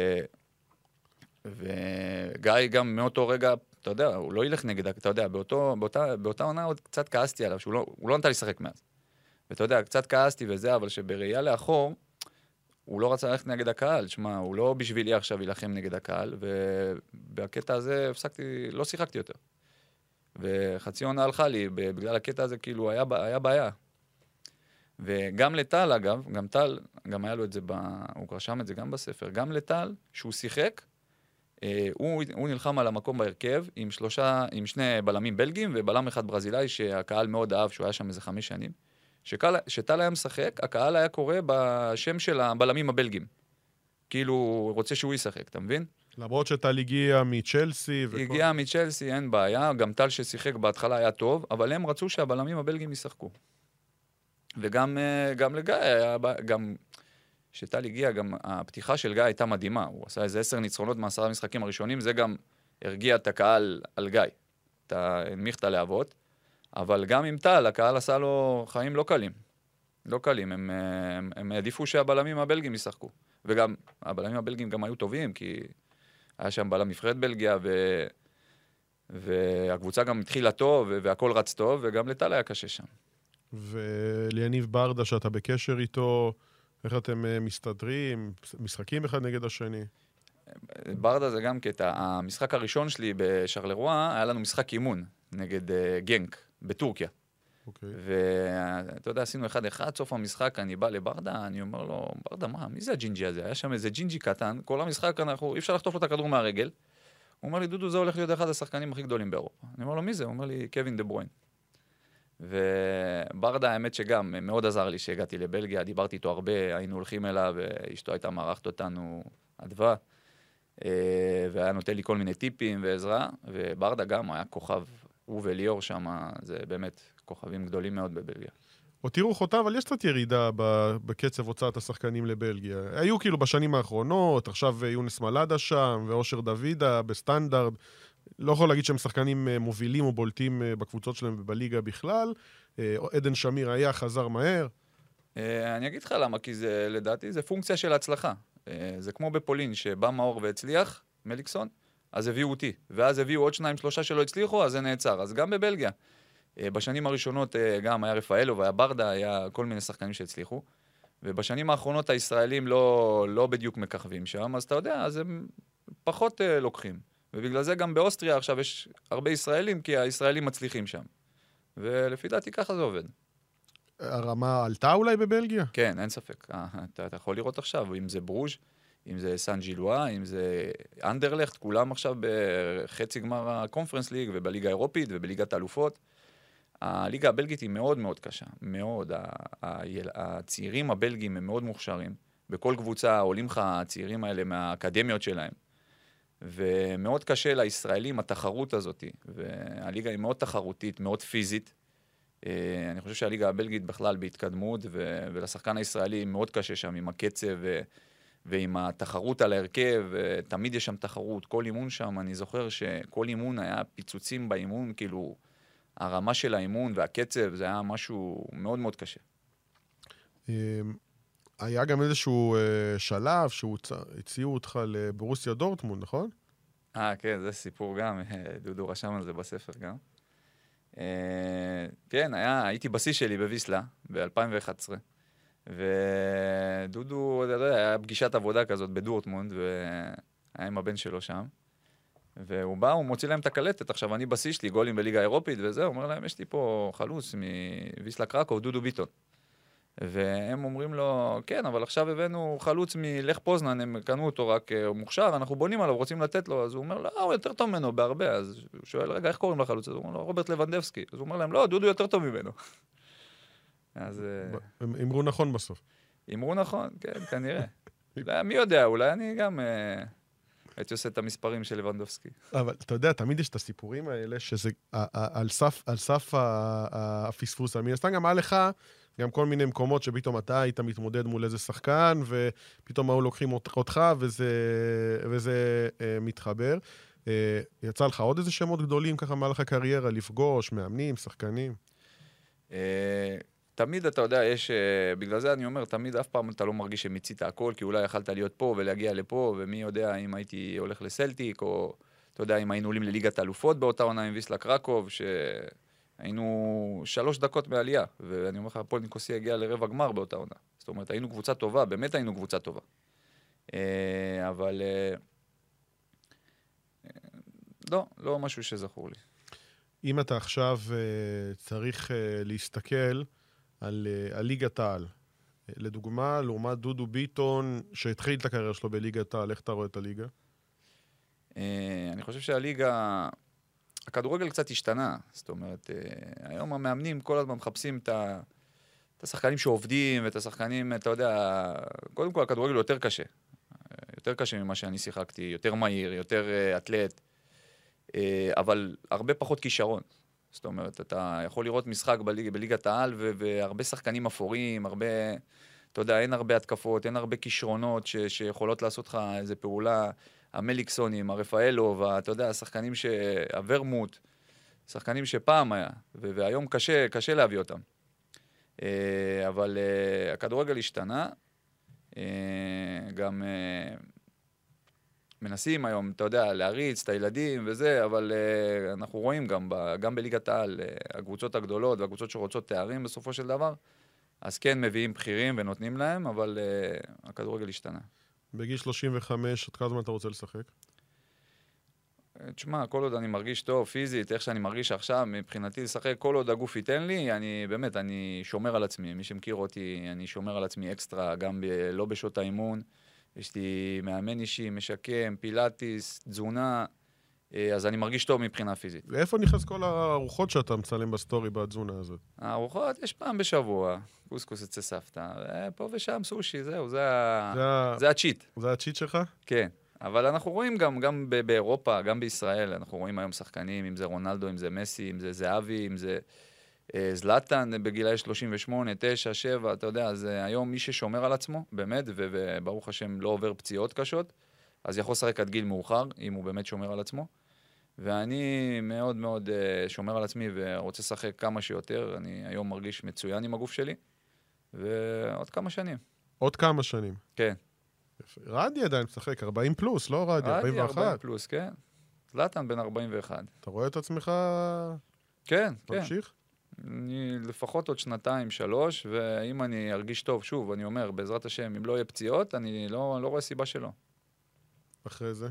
וגיא גם מאותו רגע, אתה יודע, הוא לא ילך נגד, אתה יודע, באותו, באותה, באותה עונה עוד קצת כעסתי עליו, שהוא לא, הוא לא נתן לשחק מאז. ואתה יודע, קצת כעסתי וזה, אבל שבראייה לאחור, הוא לא רצה ללכת נגד הקהל, שמה, הוא לא בשבילי עכשיו ילחם נגד הקהל, ובקטע הזה הפסקתי, לא שיחקתי יותר. וחצי עונה הלכה לי, בגלל הקטע הזה כאילו היה, היה בעיה. וגם לטל, אגב, גם טל, גם היה לו את זה, ב... הוא רשם את זה גם בספר, גם לטל, שהוא שיחק, אה, הוא, הוא נלחם על המקום בהרכב עם שלושה, עם שני בלמים בלגים ובלם אחד ברזילאי שהקהל מאוד אהב, שהוא היה שם איזה חמש שנים. שקל, שטל היה משחק, הקהל היה קורא בשם של הבלמים הבלגים. כאילו, הוא רוצה שהוא ישחק, אתה מבין? למרות שטל הגיע מצ'לסי וכל... הגיע מצ'לסי, אין בעיה, גם טל ששיחק בהתחלה היה טוב, אבל הם רצו שהבלמים הבלגים ישחקו. וגם גם לגיא, גם שטל הגיע, גם הפתיחה של גיא הייתה מדהימה, הוא עשה איזה עשר ניצחונות מעשרה משחקים הראשונים, זה גם הרגיע את הקהל על גיא, אתה הנמיך את הלהבות, אבל גם עם טל, הקהל עשה לו חיים לא קלים, לא קלים, הם, הם, הם העדיפו שהבלמים הבלגים ישחקו, וגם הבלמים הבלגים גם היו טובים, כי היה שם בלם נבחרת בלגיה, ו... והקבוצה גם התחילה טוב, והכל רץ טוב, וגם לטל היה קשה שם. וליניב ברדה, שאתה בקשר איתו, איך אתם מסתדרים, משחקים אחד נגד השני? ברדה זה גם קטע. המשחק הראשון שלי בשרלרואה, היה לנו משחק אימון נגד uh, גנק, בטורקיה. אוקיי. ואתה יודע, עשינו אחד אחד, סוף המשחק, אני בא לברדה, אני אומר לו, ברדה, מה, מי זה הג'ינג'י הזה? היה שם איזה ג'ינג'י קטן, כל המשחק אנחנו, אי אפשר לחטוף לו את הכדור מהרגל. הוא אומר לי, דודו, זה הולך להיות אחד השחקנים הכי גדולים באירופה. אני אומר לו, מי זה? הוא אומר לי, קווין דה ברוין. וברדה, האמת שגם מאוד עזר לי שהגעתי לבלגיה, דיברתי איתו הרבה, היינו הולכים אליו, ואשתו הייתה מערכת אותנו עדווה, והיה נותן לי כל מיני טיפים ועזרה, וברדה גם היה כוכב, הוא וליאור שם, זה באמת כוכבים גדולים מאוד בבלגיה. הותירו חותם, אבל יש קצת ירידה בקצב הוצאת השחקנים לבלגיה. היו כאילו בשנים האחרונות, עכשיו יונס מלאדה שם, ואושר דוידה בסטנדרט, לא יכול להגיד שהם שחקנים מובילים או בולטים בקבוצות שלהם בליגה בכלל. עדן שמיר היה, חזר מהר. אני אגיד לך למה, כי זה, לדעתי, זה פונקציה של הצלחה. זה כמו בפולין, שבא מאור והצליח, מליקסון, אז הביאו אותי. ואז הביאו עוד שניים, שלושה שלא הצליחו, אז זה נעצר. אז גם בבלגיה. בשנים הראשונות גם היה רפאלו והיה ברדה, היה כל מיני שחקנים שהצליחו. ובשנים האחרונות הישראלים לא, לא בדיוק מככבים שם, אז אתה יודע, אז הם פחות לוקחים. ובגלל זה גם באוסטריה עכשיו יש הרבה ישראלים, כי הישראלים מצליחים שם. ולפי דעתי ככה זה עובד. הרמה עלתה אולי בבלגיה? כן, אין ספק. אתה, אתה יכול לראות עכשיו, אם זה ברוז', אם זה סן ג'ילואה, אם זה אנדרלכט, כולם עכשיו בחצי גמר הקונפרנס ליג, ובליגה האירופית, ובליגת האלופות. הליגה הבלגית היא מאוד מאוד קשה, מאוד. הצעירים הבלגים הם מאוד מוכשרים. בכל קבוצה עולים לך הצעירים האלה מהאקדמיות שלהם. ומאוד קשה לישראלים התחרות הזאת, והליגה היא מאוד תחרותית, מאוד פיזית. אני חושב שהליגה הבלגית בכלל בהתקדמות, ולשחקן הישראלי מאוד קשה שם עם הקצב ועם התחרות על ההרכב, תמיד יש שם תחרות, כל אימון שם, אני זוכר שכל אימון היה פיצוצים באימון, כאילו הרמה של האימון והקצב, זה היה משהו מאוד מאוד קשה. היה גם איזשהו uh, שלב שהציעו אותך לברוסיה דורטמונד, נכון? אה, כן, זה סיפור גם, דודו רשם על זה בספר גם. Uh, כן, היה, הייתי בשיא שלי בוויסלה, ב-אלפיים ואחת עשרה, ודודו, אתה יודע, היה פגישת עבודה כזאת בדורטמונד, והיה עם הבן שלו שם, והוא בא, הוא מוציא להם את הקלטת, עכשיו אני בשיא שלי, גולים בליגה האירופית וזה, הוא אומר להם, יש לי פה חלוץ מוויסלה קרקוב, דודו ביטון. והם אומרים לו, כן, אבל עכשיו הבאנו חלוץ מלך פוזנן, הם קנו אותו רק מוכשר, אנחנו בונים עליו, רוצים לתת לו, אז הוא אומר, לא, הוא יותר טוב ממנו בהרבה, אז הוא שואל, רגע, איך קוראים לחלוץ? אז הוא אומר לו, רוברט לבנדבסקי. אז הוא אומר להם, לא, דודו יותר טוב ממנו. אז... הם אמרו נכון בסוף. אמרו נכון, כן, כנראה. מי יודע, אולי אני גם הייתי עושה את המספרים של לבנדבסקי. אבל אתה יודע, תמיד יש את הסיפורים האלה, שזה על סף, על סף הפספוס. מן הסתם גם היה לך, גם כל מיני מקומות שפתאום אתה היית מתמודד מול איזה שחקן, ופתאום היו לוקחים אותך, וזה, וזה מתחבר. יצא לך עוד איזה שמות גדולים ככה מהלך הקריירה, לפגוש, מאמנים, שחקנים? תמיד אתה יודע, יש, בגלל זה אני אומר, תמיד אף פעם אתה לא מרגיש שמיצית הכל, כי אולי יכלת להיות פה ולהגיע לפה, ומי יודע אם הייתי הולך לסלטיק, או אתה יודע, אם היינו עולים לליגת האלופות באותה עונה עם ויסלה קרקוב, שהיינו שלוש דקות מעלייה, ואני אומר לך, הפועל ניקוסיה הגיע לרבע גמר באותה עונה. זאת אומרת, היינו קבוצה טובה, באמת היינו קבוצה טובה. אבל לא, לא משהו שזכור לי. אם אתה עכשיו צריך להסתכל על ליגת העל, לדוגמה, לעומת דודו ביטון, שהתחיל את הקריירה שלו בליגת העל, איך אתה רואה את הליגה? אני חושב שהליגה, הכדורגל קצת השתנה. זאת אומרת, היום המאמנים כל הזמן מחפשים את השחקנים שעובדים, ואת השחקנים, אתה יודע, קודם כל הכדורגל הוא יותר קשה. יותר קשה ממה שאני שיחקתי, יותר מהיר, יותר אתלט, אבל הרבה פחות כישרון. זאת אומרת, אתה יכול לראות משחק בליג, בליגת העל, והרבה שחקנים אפורים, הרבה, אתה יודע, אין הרבה התקפות, אין הרבה כישרונות ש- שיכולות לעשות לך איזו פעולה, המליקסונים, הרפאלוב, אתה יודע, השחקנים ש... הוורמוט, שחקנים שפעם היה, והיום קשה, קשה להביא אותם. אבל הכדורגל השתנה, גם מנסים היום, אתה יודע, להריץ את הילדים וזה, אבל uh, אנחנו רואים גם, ב, גם בליגת העל, uh, הקבוצות הגדולות והקבוצות שרוצות תארים בסופו של דבר, אז כן מביאים בחירים ונותנים להם, אבל uh, הכדורגל השתנה. בגיל שלושים וחמש, עד כמה זמן אתה רוצה לשחק? תשמע, כל עוד אני מרגיש טוב, פיזית, איך שאני מרגיש עכשיו, מבחינתי לשחק, כל עוד הגוף ייתן לי, אני באמת, אני שומר על עצמי. מי שמכיר אותי, אני שומר על עצמי אקסטרה, גם ב, לא בשעות האימון. יש לי מאמן אישי, משקם, פילאטיס, תזונה, אז אני מרגיש טוב מבחינה פיזית. ואיפה נכנס כל הארוחות שאתה מצלם בסטורי בתזונה הזאת? הארוחות יש פעם בשבוע, קוסקוס אצל סבתא, פה ושם סושי, זהו, זה, זה, זה הצ'יט. זה הצ'יט שלך? כן, אבל אנחנו רואים גם, גם באירופה, גם בישראל, אנחנו רואים היום שחקנים, אם זה רונלדו, אם זה מסי, אם זה זהבי, אם זה זלטן בגילאי שלושים ושמונה, תשע, שבע, אתה יודע, אז היום מי ששומר על עצמו, באמת, וברוך השם לא עובר פציעות קשות, אז יכול לשחק עד גיל מאוחר, אם הוא באמת שומר על עצמו. ואני מאוד מאוד שומר על עצמי ורוצה לשחק כמה שיותר. אני היום מרגיש מצוין עם הגוף שלי, ועוד כמה שנים. עוד כמה שנים? כן. רדי עדיין משחק, ארבעים פלוס, לא רדי, ארבעים ואחת. רדי ארבעים פלוס, כן. זלטן בן ארבעים ואחת. אתה רואה את עצמך? כן, כן. ממשיך? אני לפחות עוד שנתיים, שלוש, ואם אני ארגיש טוב, שוב, אני אומר, בעזרת השם, אם לא יהיה פציעות, אני לא, לא רואה סיבה שלא. אחרי זה?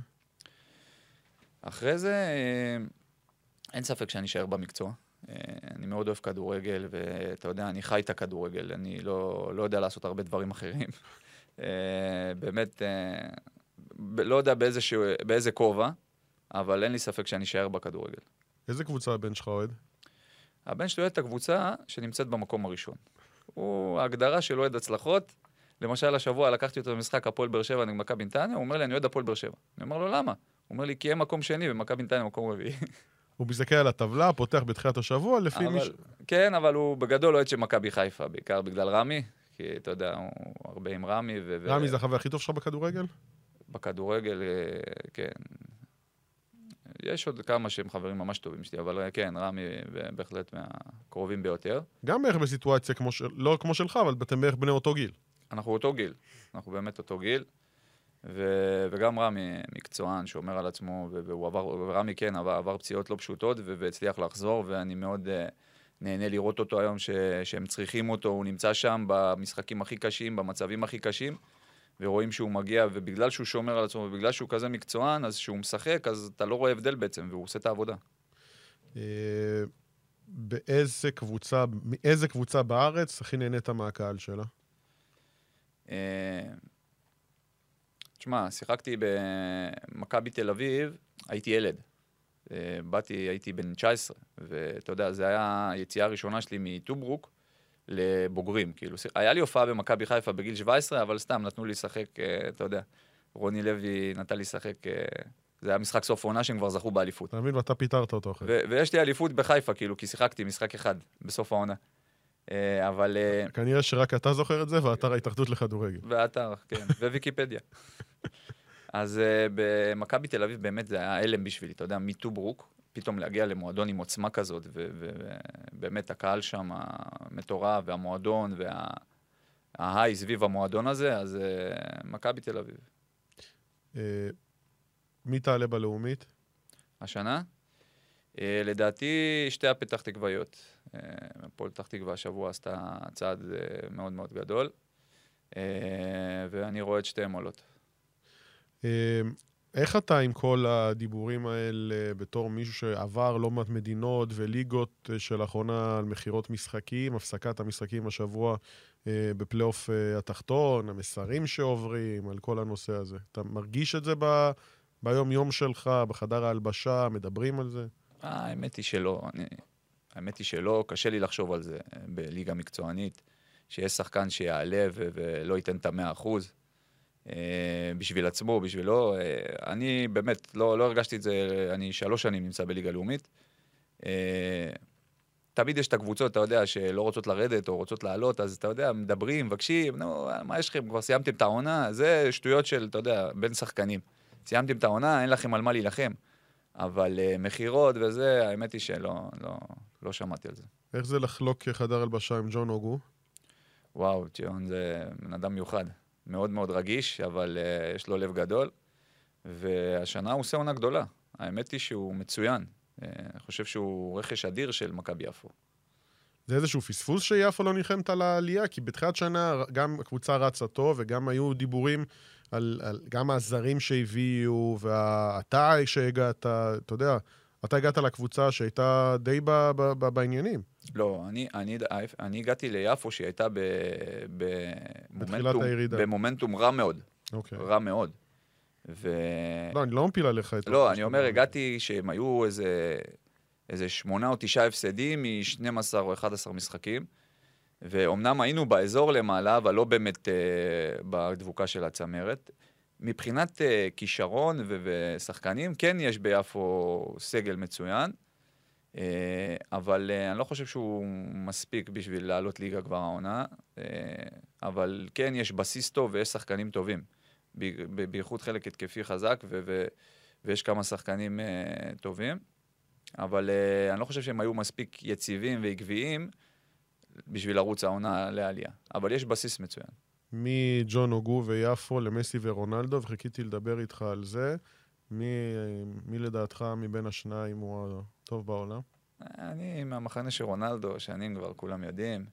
אחרי זה, אין ספק שאני אשאר במקצוע. אני מאוד אוהב כדורגל, ואתה יודע, אני חי את הכדורגל, אני לא, לא יודע לעשות הרבה דברים אחרים. באמת, לא יודע באיזה, באיזה כובע, אבל אין לי ספק שאני אשאר בכדורגל. איזה קבוצה הבן שלך אוהד? הבן שלי אוהד את הקבוצה שנמצאת במקום הראשון. הוא, ההגדרה של אוהד הצלחות, למשל השבוע לקחתי אותו במשחק הפועל באר שבע נגד מכבי נתניה, הוא אומר לי, אני אוהד הפועל באר שבע. אני אומר לו, למה? הוא אומר לי, כי הם מקום שני ומכבי נתניה מקום רביעי. הוא מסתכל על הטבלה, פותח בתחילת השבוע, לפי אבל, מיש... כן, אבל הוא בגדול אוהד של מכבי חיפה, בעיקר בגלל רמי, כי אתה יודע, הוא הרבה עם רמי. ו... רמי זה החבר הכי טוב שלך בכדורגל? בכדורגל, כן. יש עוד כמה שהם חברים ממש טובים שלי, אבל כן, רמי בהחלט מהקרובים ביותר. גם בערך בסיטואציה, כמו של... לא כמו שלך, אבל אתם בערך בני אותו גיל. אנחנו אותו גיל, אנחנו באמת אותו גיל, ו... וגם רמי מקצוען שומר על עצמו, והוא עבר, ורמי כן עבר, עבר פציעות לא פשוטות, ו... והצליח לחזור, ואני מאוד uh, נהנה לראות אותו היום, ש... שהם צריכים אותו, הוא נמצא שם במשחקים הכי קשים, במצבים הכי קשים, ורואים שהוא מגיע, ובגלל שהוא שומר על עצמו, ובגלל שהוא כזה מקצוען, אז שהוא משחק, אז אתה לא רואה הבדל בעצם, והוא עושה את העבודה. באיזה קבוצה, מאיזה קבוצה בארץ הכי נהנית מהקהל שלה? תשמע, שיחקתי במכבי תל אביב, הייתי ילד. באתי, הייתי בן תשע עשרה, ואתה יודע, זו הייתה היציאה הראשונה שלי מטוברוק לבוגרים, כאילו. היה לי הופעה במכבי חיפה בגיל שבע עשרה, אבל סתם נתנו לי לשחק, אתה יודע, רוני לוי נתן לי לשחק, זה היה משחק סוף עונה שהם כבר זכו באליפות. אתה מבין, ואתה פיתרת אותו אחרי. ויש לי אליפות בחיפה, כאילו, כי שיחקתי משחק אחד בסוף העונה. אבל... כנראה שרק אתה זוכר את זה, ואתר ההתאחדות לכדורגל. ואתר, כן, וויקיפדיה. אז במכבי תל אביב באמת זה היה אלם בשבילי, אתה יודע, מטוברוק, פתאום להגיע למועדון עם עוצמה כזאת, ובאמת הקהל שם המטורף, והמועדון, וההיי סביב המועדון הזה, אז מכבי תל אביב. מי תעלה בלאומית? השנה? לדעתי שתי הפתח תקוויות. הפועל פתח תקווה השבוע עשתה צעד מאוד מאוד גדול, ואני רואה את שתי עולות. איך אתה עם כל הדיבורים האלה בתור מישהו שעבר לא מעט מדינות וליגות שלאחרונה על מחירות משחקים, הפסקת המשחקים השבוע בפלייאוף התחתון, המסרים שעוברים, על כל הנושא הזה? אתה מרגיש את זה ב... ביום יום שלך, בחדר ההלבשה, מדברים על זה? האמת היא שלא. אני... האמת היא שלא, קשה לי לחשוב על זה בליגה מקצוענית, שיש שחקן שיעלה ו... ולא ייתן את המאה אחוז. בשביל עצמו, בשבילו. אני באמת לא, לא הרגשתי את זה, אני שלוש שנים נמצא בליגה לאומית. תמיד יש את הקבוצות, אתה יודע, שלא רוצות לרדת או רוצות לעלות, אז אתה יודע, מדברים, מבקשים, נו, מה יש לכם? כבר סיימתם את העונה? זה שטויות של, אתה יודע, בין שחקנים. סיימתם את העונה, אין לכם על מה להילחם. אבל מחירות וזה, האמת היא שלא, לא, לא שמעתי על זה. איך זה לחלוק חדר הלבשה עם ג'ון אוגו? וואו, ג'ון זה בן אדם מיוחד. מאוד מאוד רגיש, אבל uh, יש לו לב גדול, והשנה הוא עושה עונה גדולה. האמת היא שהוא מצוין. Uh, אני חושב שהוא רכש אדיר של מכבי יפו. זה איזשהו פספוס שיפו לא נלחמת על העלייה, כי בתחילת שנה גם הקבוצה רצה טוב, וגם היו דיבורים על, על גם הזרים שהביאו, ואתה שהגעת, אתה יודע, אתה הגעת לקבוצה שהייתה די ב, ב, ב, בעניינים. לא, אני, אני, אני הגעתי ליפו שהיא הייתה ב, במומנטום, במומנטום רע מאוד. אוקיי. רע מאוד. ו... לא, אני לא מפיל עליך את... לא, אני אומר, הגעתי שהם היו איזה, איזה שמונה או תשעה הפסדים מ-שנים עשר או אחד עשר משחקים, ואומנם היינו באזור למעלה, אבל לא באמת uh, בדבוקה של הצמרת. מבחינת uh, כישרון ו- ושחקנים, כן יש ביפו סגל מצוין, uh, אבל uh, אני לא חושב שהוא מספיק בשביל לעלות ליגה כבר העונה, uh, אבל כן יש בסיס טוב ויש שחקנים טובים, ב- ב- בייחוד חלק התקפי חזק, ו- ו- ויש כמה שחקנים uh, טובים, אבל uh, אני לא חושב שהם היו מספיק יציבים ועקביים, בשביל לרוץ העונה לעלייה. אבל יש בסיס מצוין. מג'ון אוגו ויפו למסי ורונלדו, וחיכיתי לדבר איתך על זה. מי, מי לדעתך מבין השניים הוא הטוב בעולם? אני מהמחנה של רונלדו, שנים כבר כולם יודעים.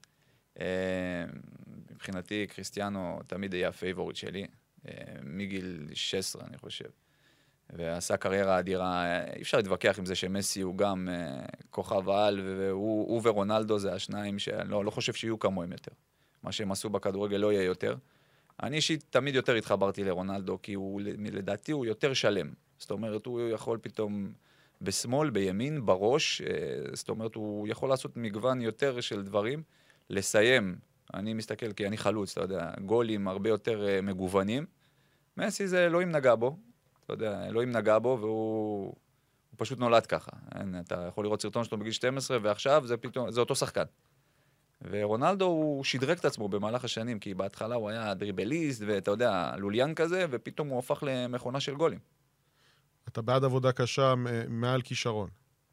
מבחינתי, קריסטיאנו תמיד היה הפייבוריט שלי. מגיל שש עשרה, אני חושב. ועשה קריירה אדירה, אי אפשר להתווכח עם זה שמסי הוא גם uh, כוכב העל, והוא ורונלדו זה השניים שאני לא, לא חושב שיהיו כמוהם יותר. מה שהם עשו בכדורגל לא יהיה יותר. אני אישית תמיד יותר התחברתי לרונלדו, כי הוא, לדעתי הוא יותר שלם. זאת אומרת, הוא יכול פתאום בשמאל, בימין, בראש, uh, זאת אומרת, הוא יכול לעשות מגוון יותר של דברים, לסיים, אני מסתכל כי אני חלוץ, אתה יודע, גולים הרבה יותר uh, מגוונים. מסי זה אלוהים נגע בו. אתה יודע, אלוהים נגע בו, והוא פשוט נולד ככה. אין, אתה יכול לראות סרטון שלו בגיל שתים עשרה, ועכשיו זה פתאום, זה אותו שחקן. ורונלדו הוא שדרג את עצמו במהלך השנים, כי בהתחלה הוא היה דריבליסט, ואתה יודע, לוליאן כזה, ופתאום הוא הפך למכונה של גולים. אתה בעד עבודה קשה מעל כישרון.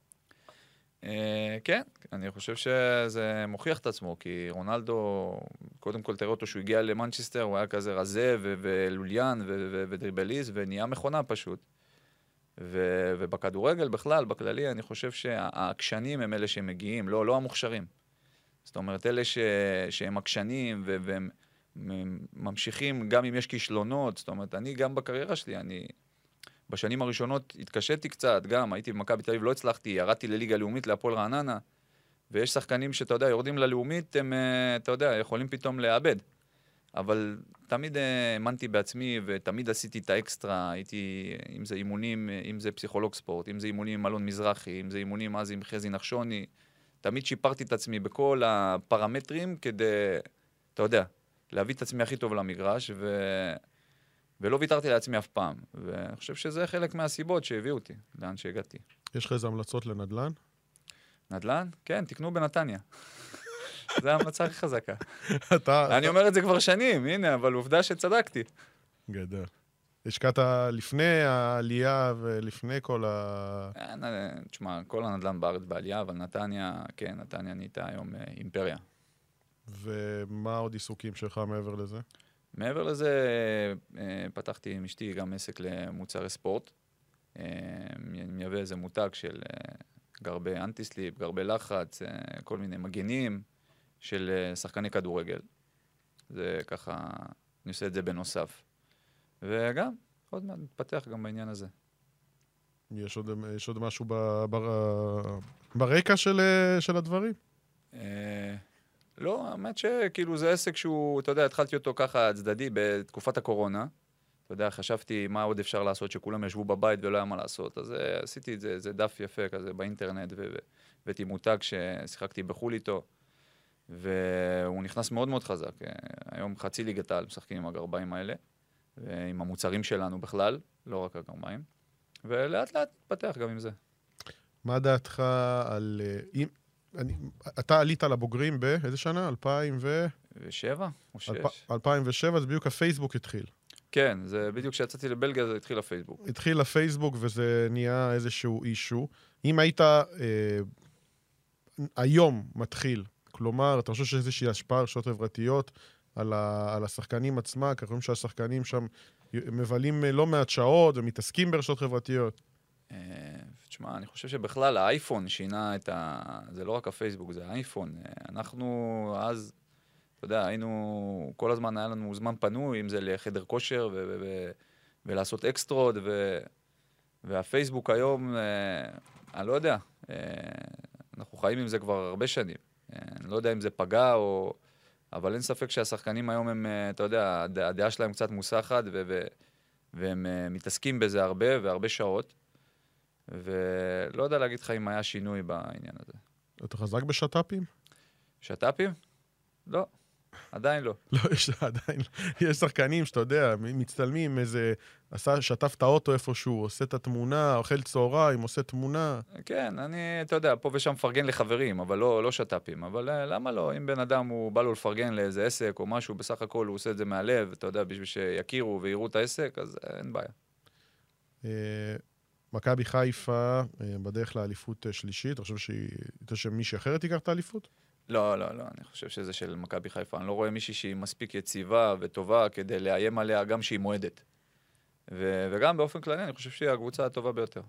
כן, אני חושב שזה מוכיח את עצמו, כי רונלדו, קודם כל תראה אותו שהוא הגיע למנצ'סטר, הוא היה כזה רזה ולוליאן ודריבליסט, ונהיה מכונה פשוט. ובכדורגל בכלל, בכללי, אני חושב שהעקשנים הם אלה שמגיעים, לא, לא המוכשרים. זאת אומרת, אלה שהם עקשנים והם ממשיכים, גם אם יש כישלונות, זאת אומרת, אני גם בקריירה שלי, אני... בשנים הראשונות התקשיתי קצת, גם הייתי במכבי תל אביב, לא הצלחתי, ירדתי לליגה לאומית להפועל רעננה, ויש שחקנים שאתה יודע, יורדים ללאומית, הם, אתה יודע, יכולים פתאום לאבד. אבל תמיד האמנתי בעצמי, ותמיד עשיתי את האקסטרה, הייתי, אם זה אימונים, אם זה פסיכולוג ספורט, אם זה אימונים עם אלון מזרחי, אם זה אימונים אז עם חזי נחשוני, תמיד שיפרתי את עצמי בכל הפרמטרים כדי, אתה יודע, להביא את עצמי הכי טוב למגרש, ו... ולא ויתרתי לעצמי אף פעם. ואני חושב שזה חלק מהסיבות שהביאו אותי, לאן שהגעתי. יש לך איזה המלצות לנדל"ן? נדל"ן? כן, תקנו בנתניה. זה ההמלצה הכי חזקה. אתה... אני אומר את זה כבר שנים, הנה, אבל עובדה שצדקתי. גדול. השקעת לפני העלייה ולפני כל ה... תשמע, כל הנדל"ן בארץ בעלייה, אבל נתניה, כן, נתניה נהייתה היום אימפריה. ומה עוד עיסוקים שלך מעבר לזה? מעבר לזה, פתחתי עם אשתי גם עסק למוצרי ספורט. מייבא איזה מותג של גרבי אנטי-סליפ, גרבי לחץ, כל מיני מגנים של שחקני כדורגל. זה ככה, אני עושה את זה בנוסף. וגם, עוד מעט מתפתח גם בעניין הזה. יש עוד, יש עוד משהו ב, ב, ברקע של, של הדברים? לא, האמת שכאילו זה עסק שהוא, אתה יודע, התחלתי אותו ככה צדדי בתקופת הקורונה. אתה יודע, חשבתי מה עוד אפשר לעשות, שכולם ישבו בבית ולא היה מה לעשות. אז עשיתי את זה, זה דף יפה כזה באינטרנט, והבאתי מותג ששיחקתי בחול איתו, והוא נכנס מאוד מאוד חזק. היום חצי ליגת העל משחקים עם הגרביים האלה, ועם המוצרים שלנו בכלל, לא רק הגרביים, ולאט לאט פתח גם עם זה. מה דעתך על... אם... אני, אתה עלית לבוגרים באיזה שנה? אלפיים ושבע או שש? אלפיים ושבע, זה בדיוק הפייסבוק התחיל. כן, זה בדיוק כשיצאתי לבלגיה, זה התחיל הפייסבוק. התחיל הפייסבוק וזה נהיה איזשהו אישו. אם היית אה, היום מתחיל, כלומר, אתה חושב שיש איזושהי השפעה רשתות חברתיות על, ה, על השחקנים עצמה, כי חושבים שהשחקנים שם מבלים לא מעט שעות ומתעסקים ברשתות חברתיות. תשמע, אני חושב שבכלל האייפון שינה את ה... זה לא רק הפייסבוק, זה האייפון. אנחנו אז, אתה יודע, היינו, כל הזמן היה לנו זמן פנוי, אם זה לחדר כושר ו- ו- ו- ולעשות אקסטרות, ו- והפייסבוק היום, אני לא יודע, אנחנו חיים עם זה כבר הרבה שנים. אני לא יודע אם זה פגע או... אבל אין ספק שהשחקנים היום הם, אתה יודע, הדעה שלהם קצת מוסחת, ו- ו- והם מתעסקים בזה הרבה והרבה שעות. ולא יודע להגיד לך אם היה שינוי בעניין הזה. אתה חזק בשטאפים? שטאפים? לא, עדיין לא. לא, יש עדיין, יש שחקנים שאתה יודע, מצטלמים איזה, עשה, שטף את האוטו איפשהו, עושה את התמונה, אוכל צהריים, עושה תמונה. כן, אני, אתה יודע, פה ושם פרגן לחברים, אבל לא, לא שטאפים. אבל למה לא? אם בן אדם הוא בא לו לפרגן לאיזה עסק או משהו, בסך הכל הוא עושה את זה מהלב, אתה יודע, בשביל שיכירו ויראו את העסק, אז אין בעיה. מכבי חיפה בדרך לאליפות שלישית, אתה חושב שהיא, שמישהי אחרת תיקח את האליפות? לא, לא, לא, אני חושב שזה של מכבי חיפה. אני לא רואה מישהי שהיא מספיק יציבה וטובה כדי לאיים עליה גם שהיא מועדת. ו- וגם באופן כללי אני חושב שהיא הקבוצה הטובה ביותר.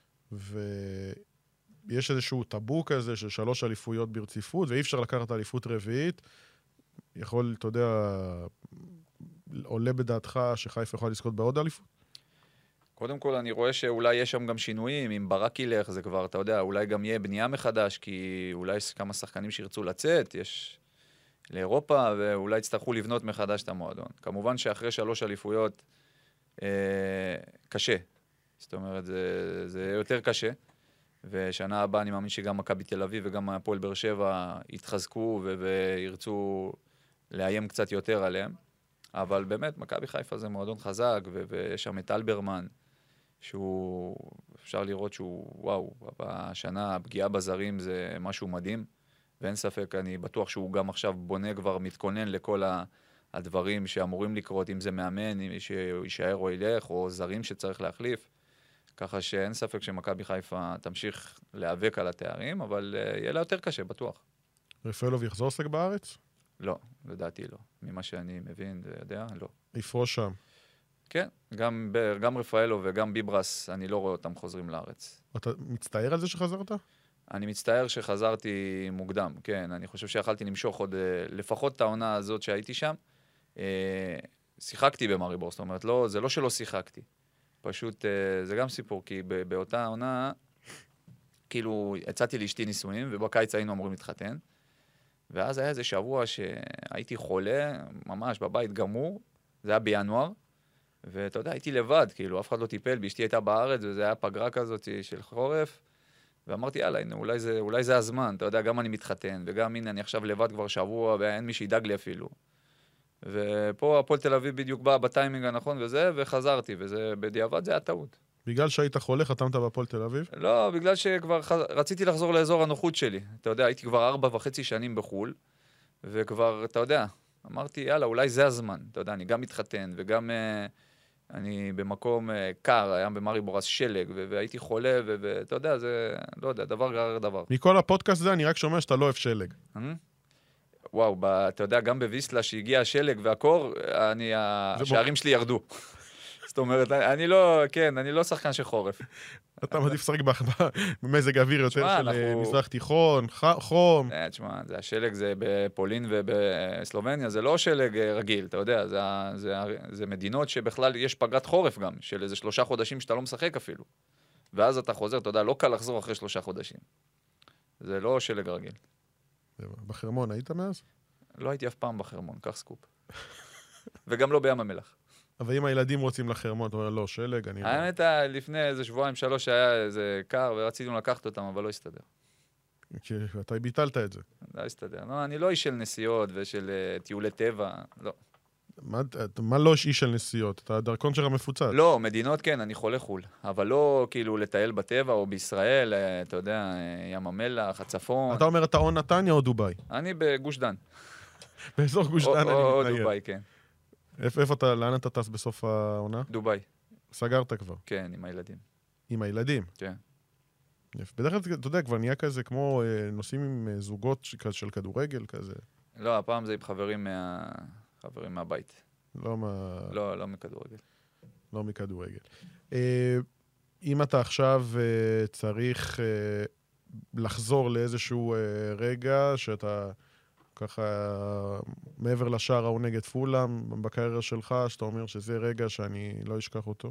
ויש איזשהו טאבו כזה של שלוש אליפויות ברציפות, ואי אפשר לקחת אליפות רביעית. יכול, אתה יודע, עולה בדעתך שחיפה יכולה לזכות בעוד אליפות? קודם כל, אני רואה שאולי יש שם גם שינויים, אם ברק ילך, זה כבר, אתה יודע, אולי גם יהיה בנייה מחדש, כי אולי יש כמה שחקנים שירצו לצאת, יש לאירופה, ואולי יצטרכו לבנות מחדש את המועדון. כמובן שאחרי שלוש אליפויות, אה, קשה. זאת אומרת, זה, זה יותר קשה, ושנה הבאה אני מאמין שגם מכבי תל אביב וגם הפועל באר שבע יתחזקו ו- וירצו לאיים קצת יותר עליהם. אבל באמת, מכבי חיפה זה מועדון חזק, ו- ויש שם את אלברמן, שהוא, אפשר לראות שהוא, וואו, השנה הפגיעה בזרים זה משהו מדהים, ואין ספק, אני בטוח שהוא גם עכשיו בונה כבר, מתכונן לכל הדברים שאמורים לקרות, אם זה מאמן, אם יישאר או ילך, או זרים שצריך להחליף, ככה שאין ספק שמכבי חיפה תמשיך להיאבק על התארים, אבל יהיה לה יותר קשה, בטוח. רפאלוב יחזור לשחק בארץ? לא, לדעתי לא. ממה שאני מבין, יודע, לא. יפרוש שם. כן, גם, גם רפאלו וגם ביברס, אני לא רואה אותם חוזרים לארץ. אתה מצטער על זה שחזרת? אני מצטער שחזרתי מוקדם, כן. אני חושב שיכלתי למשוך עוד, לפחות את העונה הזאת שהייתי שם. שיחקתי במאריבור, זאת אומרת, לא, זה לא שלא שיחקתי. פשוט, זה גם סיפור, כי באותה העונה כאילו, יצאתי לאשתי נישואים, ובקיץ היינו אמורים להתחתן, ואז היה איזה שבוע שהייתי חולה, ממש בבית גמור, זה היה בינואר, ואתה יודע, הייתי לבד, כאילו, אף אחד לא טיפל, באשתי הייתה בארץ, וזה היה פגרה כזאת של חורף, ואמרתי, יאללה, הנה, אולי זה, אולי זה הזמן, אתה יודע, גם אני מתחתן, וגם, הנה, אני עכשיו לבד כבר שבוע, ואין מי שידאג לי אפילו. ופה הפועל תל אביב בדיוק בא בטיימינג הנכון וזה, וחזרתי, וזה בדיעבד, זה היה טעות. בגלל שהיית חולה, חתמת בהפועל תל אביב? לא, בגלל שכבר חז... רציתי לחזור לאזור הנוחות שלי. אתה יודע, הייתי כבר ארבע וחצי שנים בחול, וכבר, אתה יודע, אמרתי, יאללה, אולי זה הזמן. אתה יודע, אני גם מתחתן, וגם אה, אני במקום אה, קר, היה במריבור אז שלג, ו- והייתי חולה, ו- ואתה יודע, זה, לא יודע, דבר גרר דבר. מכל הפודקאסט הזה, אני רק שומע שאתה לא אוהב שלג. Mm-hmm. וואו, ב, אתה יודע, גם בוויסלה שהגיע השלג והקור, אני, השערים שלי ירדו. זאת אומרת, אני לא, כן, אני לא שחקן של חורף. אתה מעדיף לשחק במזג אוויר יותר של אנחנו... מזרח תיכון, חום. תשמע, זה השלג זה בפולין ובסלובניה, זה לא שלג רגיל, אתה יודע, זה, זה, זה מדינות שבכלל יש פגרת חורף גם, של איזה שלושה חודשים שאתה לא משחק אפילו. ואז אתה חוזר, אתה יודע, לא קל לחזור אחרי שלושה חודשים. זה לא שלג רגיל. בחרמון היית מאז? לא הייתי אף פעם בחרמון, כך סקופ. וגם לא בים המלח. אבל אם הילדים רוצים לחרמון, אתה אומר, לא, שלג, אני... האמת, לפני איזה שבועיים, שלוש, היה איזה קר, ורצינו לקחת אותם, אבל לא הסתדר. כי אתה ביטלת את זה. לא הסתדר. לא, אני לא איש של נסיעות ושל uh, טיולי טבע, לא. מה, מה לא איש של נסיעות? אתה הדרכון שלך מפוצץ. לא, מדינות כן, אני חולה חול. אבל לא כאילו לטייל בטבע או בישראל, אתה יודע, ים המלח, הצפון. אתה אומר, אתה או נתניה או דוביי? אני בגוש דן. באזור גוש דן אני מתנהל. או דוביי, כן. איפה אתה, לאן אתה טס בסוף העונה? דוביי. סגרת כבר? כן, עם הילדים. עם הילדים? כן. בדרך כלל, אתה יודע, כבר נהיה כזה כמו נוסעים עם זוגות של כדורגל כזה. לא, הפעם זה עם חברים מה... חברים מהבית. לא מה... לא, לא מכדורגל. לא מכדורגל. אם אתה עכשיו צריך לחזור לאיזשהו רגע שאתה ככה מעבר לשער ההוא נגד פולאם בקריירה שלך, שאתה אומר שזה רגע שאני לא אשכח אותו?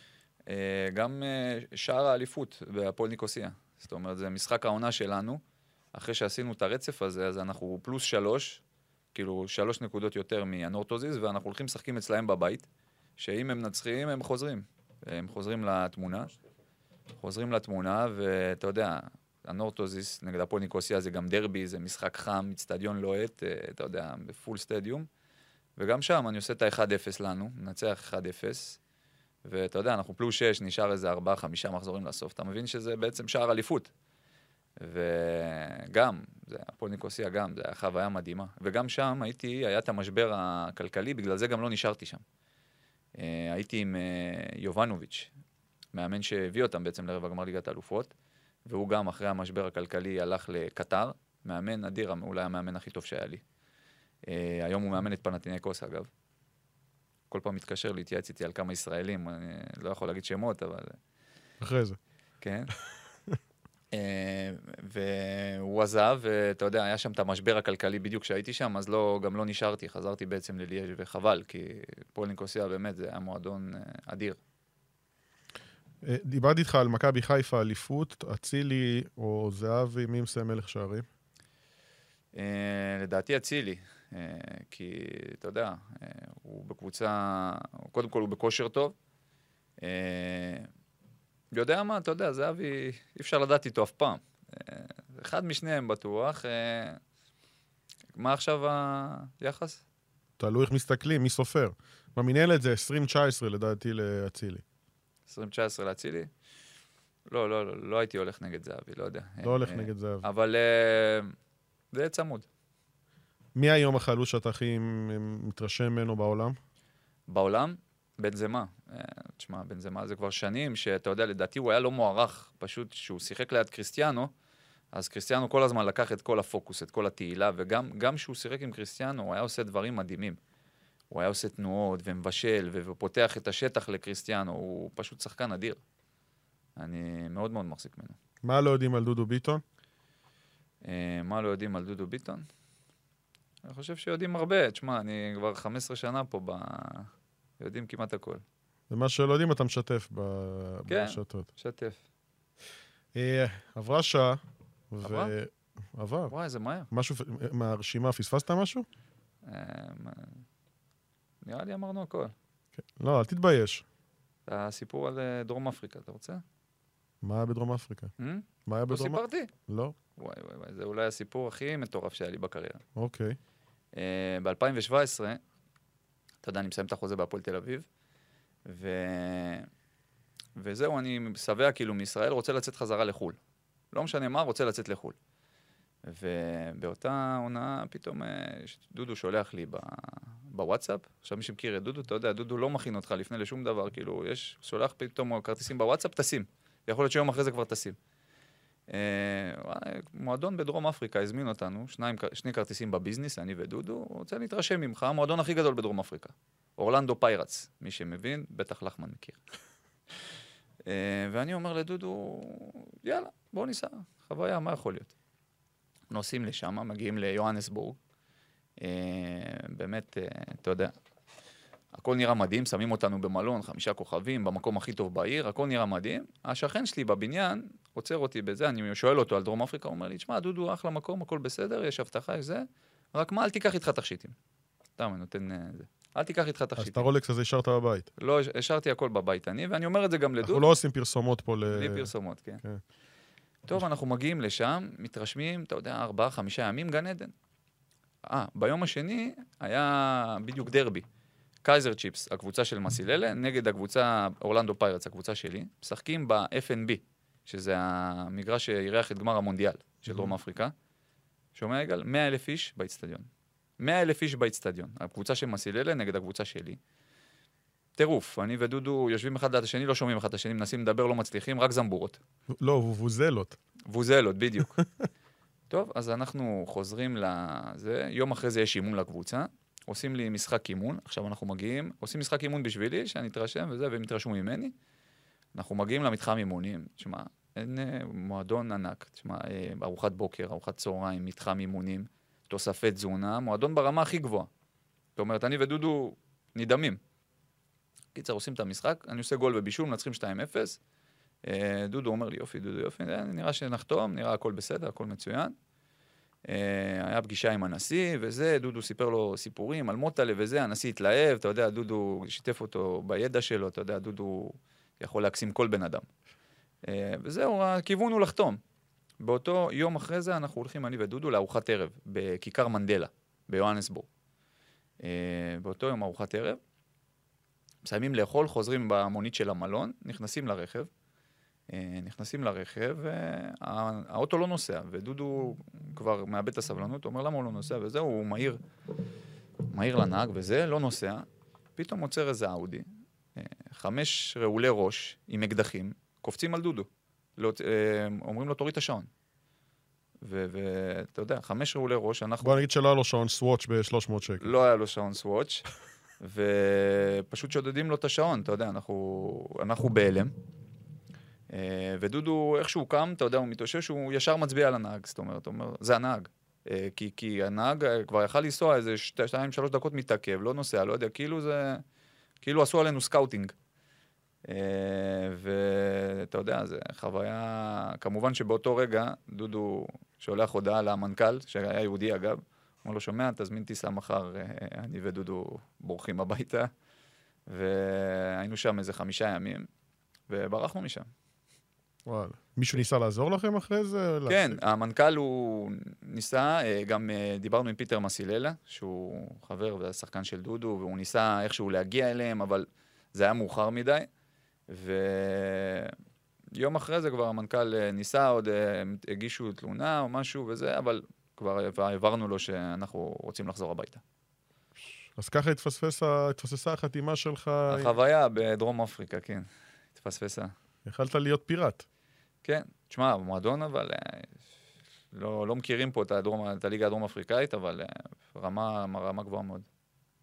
גם שער האליפות בהפועל ניקוסיה. זאת אומרת, זה משחק העונה שלנו. אחרי שעשינו את הרצף הזה, אז אנחנו פלוס שלוש, כאילו שלוש נקודות יותר מהנורטוזיס, ואנחנו הולכים לשחקים אצלהם בבית, שאם הם נצחים, הם חוזרים. הם חוזרים לתמונה. חוזרים לתמונה, ואתה יודע, הנורטוזיס נגד הפועל ניקוסיה זה גם דרבי, זה משחק חם, אצטדיון לוהט, אתה יודע, בפול סטדיום. וגם שם אני עושה את ה-אחד אפס לנו, ננצח אחד אפס, ואתה יודע, אנחנו פלוס שש, נשאר איזה ארבעה, חמישה מחזורים לסוף. אתה מבין שזה בעצם שער אליפות. וגם, זה הפועל ניקוסיה גם, זה היה חוויה מדהימה. וגם שם הייתי, היה את המשבר הכלכלי, בגלל זה גם לא נשארתי שם. הייתי עם יובנוביץ', מאמן שהביא אותם בעצם לרבע גמר ליגת האלופות, והוא גם אחרי המשבר הכלכלי הלך לקטר, מאמן אדיר, אולי המאמן הכי טוב שהיה לי. היום הוא מאמן את פנתינאיקוס, אגב. כל פעם מתקשר להתייעץ איתי על כמה ישראלים, אני לא יכול להגיד שמות, אבל... אחרי זה. כן. והוא עזב, ואתה יודע, היה שם את המשבר הכלכלי בדיוק כשהייתי שם, אז לא, גם לא נשארתי, חזרתי בעצם לליאז' וחבל, כי הפועל ניקוסיה באמת זה היה מועדון אדיר. דיברתי איתך על מכבי חיפה, אליפות, אצילי או זהבי, מי מסיים מלך שערים? לדעתי אצילי, כי אתה יודע, הוא בקבוצה, קודם כל הוא בכושר טוב, יודע מה, אתה יודע, זהבי, אי אפשר לדעת איתו אף פעם. אחד משניהם בטוח. מה עכשיו היחס? תלוי איך מסתכלים, מי סופר. במנהלת זה עשרים תשע עשרה לדעתי לאצילי. עשרים תשע עשרה לאצילי? לא, לא, לא, לא הייתי הולך נגד זהבי, לא יודע. לא הולך נגד זהבי. אבל זה צמוד. מי היום החלוץ שאתה הכי מתרשם ממנו בעולם? בעולם? בנזמה. תשמע, בנזמה זה כבר שנים שאתה יודע, לדעתי הוא היה לא מוערך, פשוט שהוא שיחק ליד קריסטיאנו, אז קריסטיאנו כל הזמן לקח את כל הפוקוס, את כל התהילה, וגם גם שהוא שיחק עם קריסטיאנו, הוא היה עושה דברים מדהימים. הוא היה עושה תנועות ומבשל ופותח את השטח לקריסטיאנו, הוא פשוט שחקן אדיר. אני מאוד מאוד מחזיק ממנו. מה לא יודעים על דודו ביטון? מה לא יודעים על דודו ביטון? אני חושב שיודעים הרבה. תשמע, אני כבר חמש עשרה שנה פה ב... יודעים כמעט הכל. ומה שלא יודעים אתה משתף ברשתות. כן, משתף. עברה שעה. עברה? עבר. וואי, זה מהר. משהו מהרשימה, פספסת משהו? נראה לי אמרנו הכל. לא, אל תתבייש. הסיפור על דרום אפריקה, אתה רוצה? מה היה בדרום אפריקה? מה היה לא בדרום אפריקה? סיפרתי? לא. וואי וואי וואי, זה אולי הסיפור הכי מטורף שהיה לי בקריירה. אוקיי. ב-אלפיים שבע עשרה, אתה יודע, אני מסיים את החוזה בהפועל תל אביב, ו... וזהו, אני שבע כאילו מישראל, רוצה לצאת חזרה לחול. לא משנה מה, רוצה לצאת לחול. ובאותה עונה פתאום דודו שולח לי ב... בוואטסאפ. עכשיו מי שמכיר את דודו, אתה יודע, דודו לא מכין אותך לפני לשום דבר, כאילו, יש, שולח פתאום כרטיסים בוואטסאפ, תשים. יכול להיות שיום אחרי זה כבר תשים. מועדון בדרום אפריקה הזמין אותנו, שניים, שני כרטיסים בביזנס, אני ודודו, רוצה להתרשם ממך, המועדון הכי גדול בדרום אפריקה. אורלנדו פיירטס, מי שמבין, בטח לחמן מכיר. ואני אומר לדודו, יאללה, בוא ניסע, חוויה, מה יכול להיות? נוסעים לשם, מגיעים ליוהנסבורג, באמת, אתה יודע, הכל נראה מדהים, שמים אותנו במלון, חמישה כוכבים, במקום הכי טוב בעיר, הכל נראה מדהים. השכן שלי בבניין עוצר אותי בזה, אני שואל אותו על דרום אפריקה, הוא אומר לי, תשמע, דודו, אחלה מקום, הכל בסדר, יש הבטחה, יש זה, רק מה, אל תיקח איתך תכשיטים. סתם, אני נותן זה. אל תיקח איתך תכשיטים. אז את הרולקס הזה השארת בבית. לא, השארתי הכל בבית, אני, ואני אומר את זה גם לדודו. אנחנו לא עושים פרסומות פה ל... בלי פרסומות, כן. טוב, אנחנו מגיעים לשם, מתרשמים, אתה יודע, ארבעה, חמישה ימים, גן עדן. אה, ביום השני היה בדיוק דרבי. קייזר צ'יפס, הקבוצה של מסיללה, נגד הקבוצה, אורלנדו פיירטס, הקבוצה שלי, משחקים ב-אף אן בי, שזה המגרש שירח את גמר המונדיאל של דרום אפריקה. שומע יגאל? מאה אלף איש באצטדיון. מאה אלף איש באצטדיון. הקבוצה של מסיללה נגד הקבוצה שלי. טירוף, אני ודודו יושבים אחד ליד השני, לא שומעים אחד את השני, מנסים לדבר, לא מצליחים, רק זמבורות. לא, ווזלות. ווזלות, בדיוק. טוב, אז אנחנו חוזרים לזה, יום אחרי זה יש אימון לקבוצה, עושים לי משחק אימון, עכשיו אנחנו מגיעים, עושים משחק אימון בשבילי, שאני אתרשם וזה, והם יתרשמו ממני. אנחנו מגיעים למתחם אימונים, תשמע, אין מועדון ענק, תשמע, ארוחת בוקר, ארוחת צהריים, מתחם אימונים, תוספי תזונה, מועדון ברמה הכי גבוהה. זאת אומרת, אני ודודו נדהמים. קיצר, עושים את המשחק, אני עושה גול ובישול, מנצחים שתיים אפס, דודו אומר לי, יופי, דודו, יופי, נראה שנחתום, נראה הכל בסדר, הכל מצוין. היה פגישה עם הנשיא, וזה, דודו סיפר לו סיפורים על מוטלה וזה, הנשיא התלהב, אתה יודע, דודו שיתף אותו בידע שלו, אתה יודע, דודו יכול להקסים כל בן אדם. וזהו, הכיוון הוא לחתום. באותו יום אחרי זה אנחנו הולכים, אני ודודו, לארוחת ערב, בכיכר מנדלה, ביוהנסבורג. באותו יום ארוחת ערב, מסיימים לאכול, חוזרים במונית של המלון, נכנסים לרכב, נכנסים לרכב, והאוטו לא נוסע, ודודו כבר מאבד את הסבלנות, אומר למה הוא לא נוסע, וזהו, הוא מהיר, מהיר לנהג, וזה לא נוסע, פתאום עוצר איזה אאודי, חמש רעולי ראש עם אקדחים, קופצים על דודו, אומרים לו תוריד את השעון, ואתה יודע, חמש רעולי ראש, אנחנו... בוא נגיד שלא היה לו שעון סוואץ' ב-שלוש מאות שקל. לא היה לו שעון סוואץ', ופשוט שודדים לו את השעון, אתה יודע, אנחנו, אנחנו בהלם, ודודו, איך שהוא קם, אתה יודע, הוא מתאושש, הוא ישר מצביע על הנהג, זאת אומרת, אומר, זה הנהג. כי, כי הנהג כבר יכל לנסוע איזה שתיים, שלוש דקות מתעכב, לא נוסע, לא יודע, כאילו זה, כאילו עשו עלינו סקאוטינג. ואתה יודע, זה חוויה, כמובן שבאותו רגע, דודו שולח הודעה למנכ"ל, שהיה יהודי אגב, אומר לו, שומע, תזמין טיסה מחר, אני ודודו בורחים הביתה, והיינו שם איזה חמישה ימים, וברחנו משם. וואלה. מישהו ניסה לעזור לכם אחרי זה? כן, המנכ"ל הוא ניסה, גם דיברנו עם פיטר מסיללה, שהוא חבר והשחקן של דודו, והוא ניסה איכשהו להגיע אליהם, אבל זה היה מאוחר מדי, ויום אחרי זה כבר המנכ"ל ניסה, עוד הגישו תלונה או משהו וזה, אבל כבר העברנו לו שאנחנו רוצים לחזור הביתה. אז ככה התפספסה החתימה שלך? החוויה בדרום אפריקה, כן, התפספסה. יכלת להיות פיראט. כן, תשמע, במועדון, אבל לא, לא מכירים פה את, הדרום, את הליגה הדרום-אפריקאית, אבל רמה, רמה גבוהה מאוד.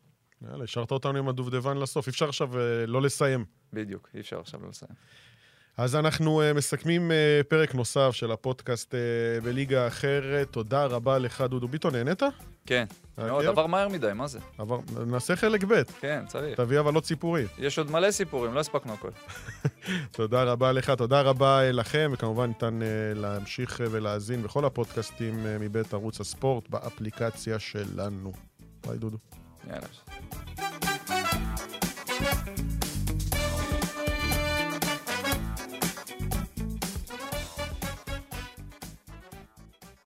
יאללה, השארת אותנו עם הדובדבן לסוף. אי אפשר עכשיו לא לסיים. בדיוק, אי אפשר עכשיו לא לסיים. אז אנחנו uh, מסכמים uh, פרק נוסף של הפודקאסט uh, בליגה אחרת. תודה רבה לך, דודו ביטון. נהנית? כן. מאוד, עבר מהר מדי, מה זה? עבר, נעשה חלק ב'. כן, צריך. תביא אבל עוד סיפורים. יש עוד מלא סיפורים, לא הספקנו הכל. תודה רבה לך, תודה רבה לכם, וכמובן ניתן uh, להמשיך uh, ולהאזין בכל הפודקאסטים uh, מבית ערוץ הספורט באפליקציה שלנו. ביי דודו. יאללה.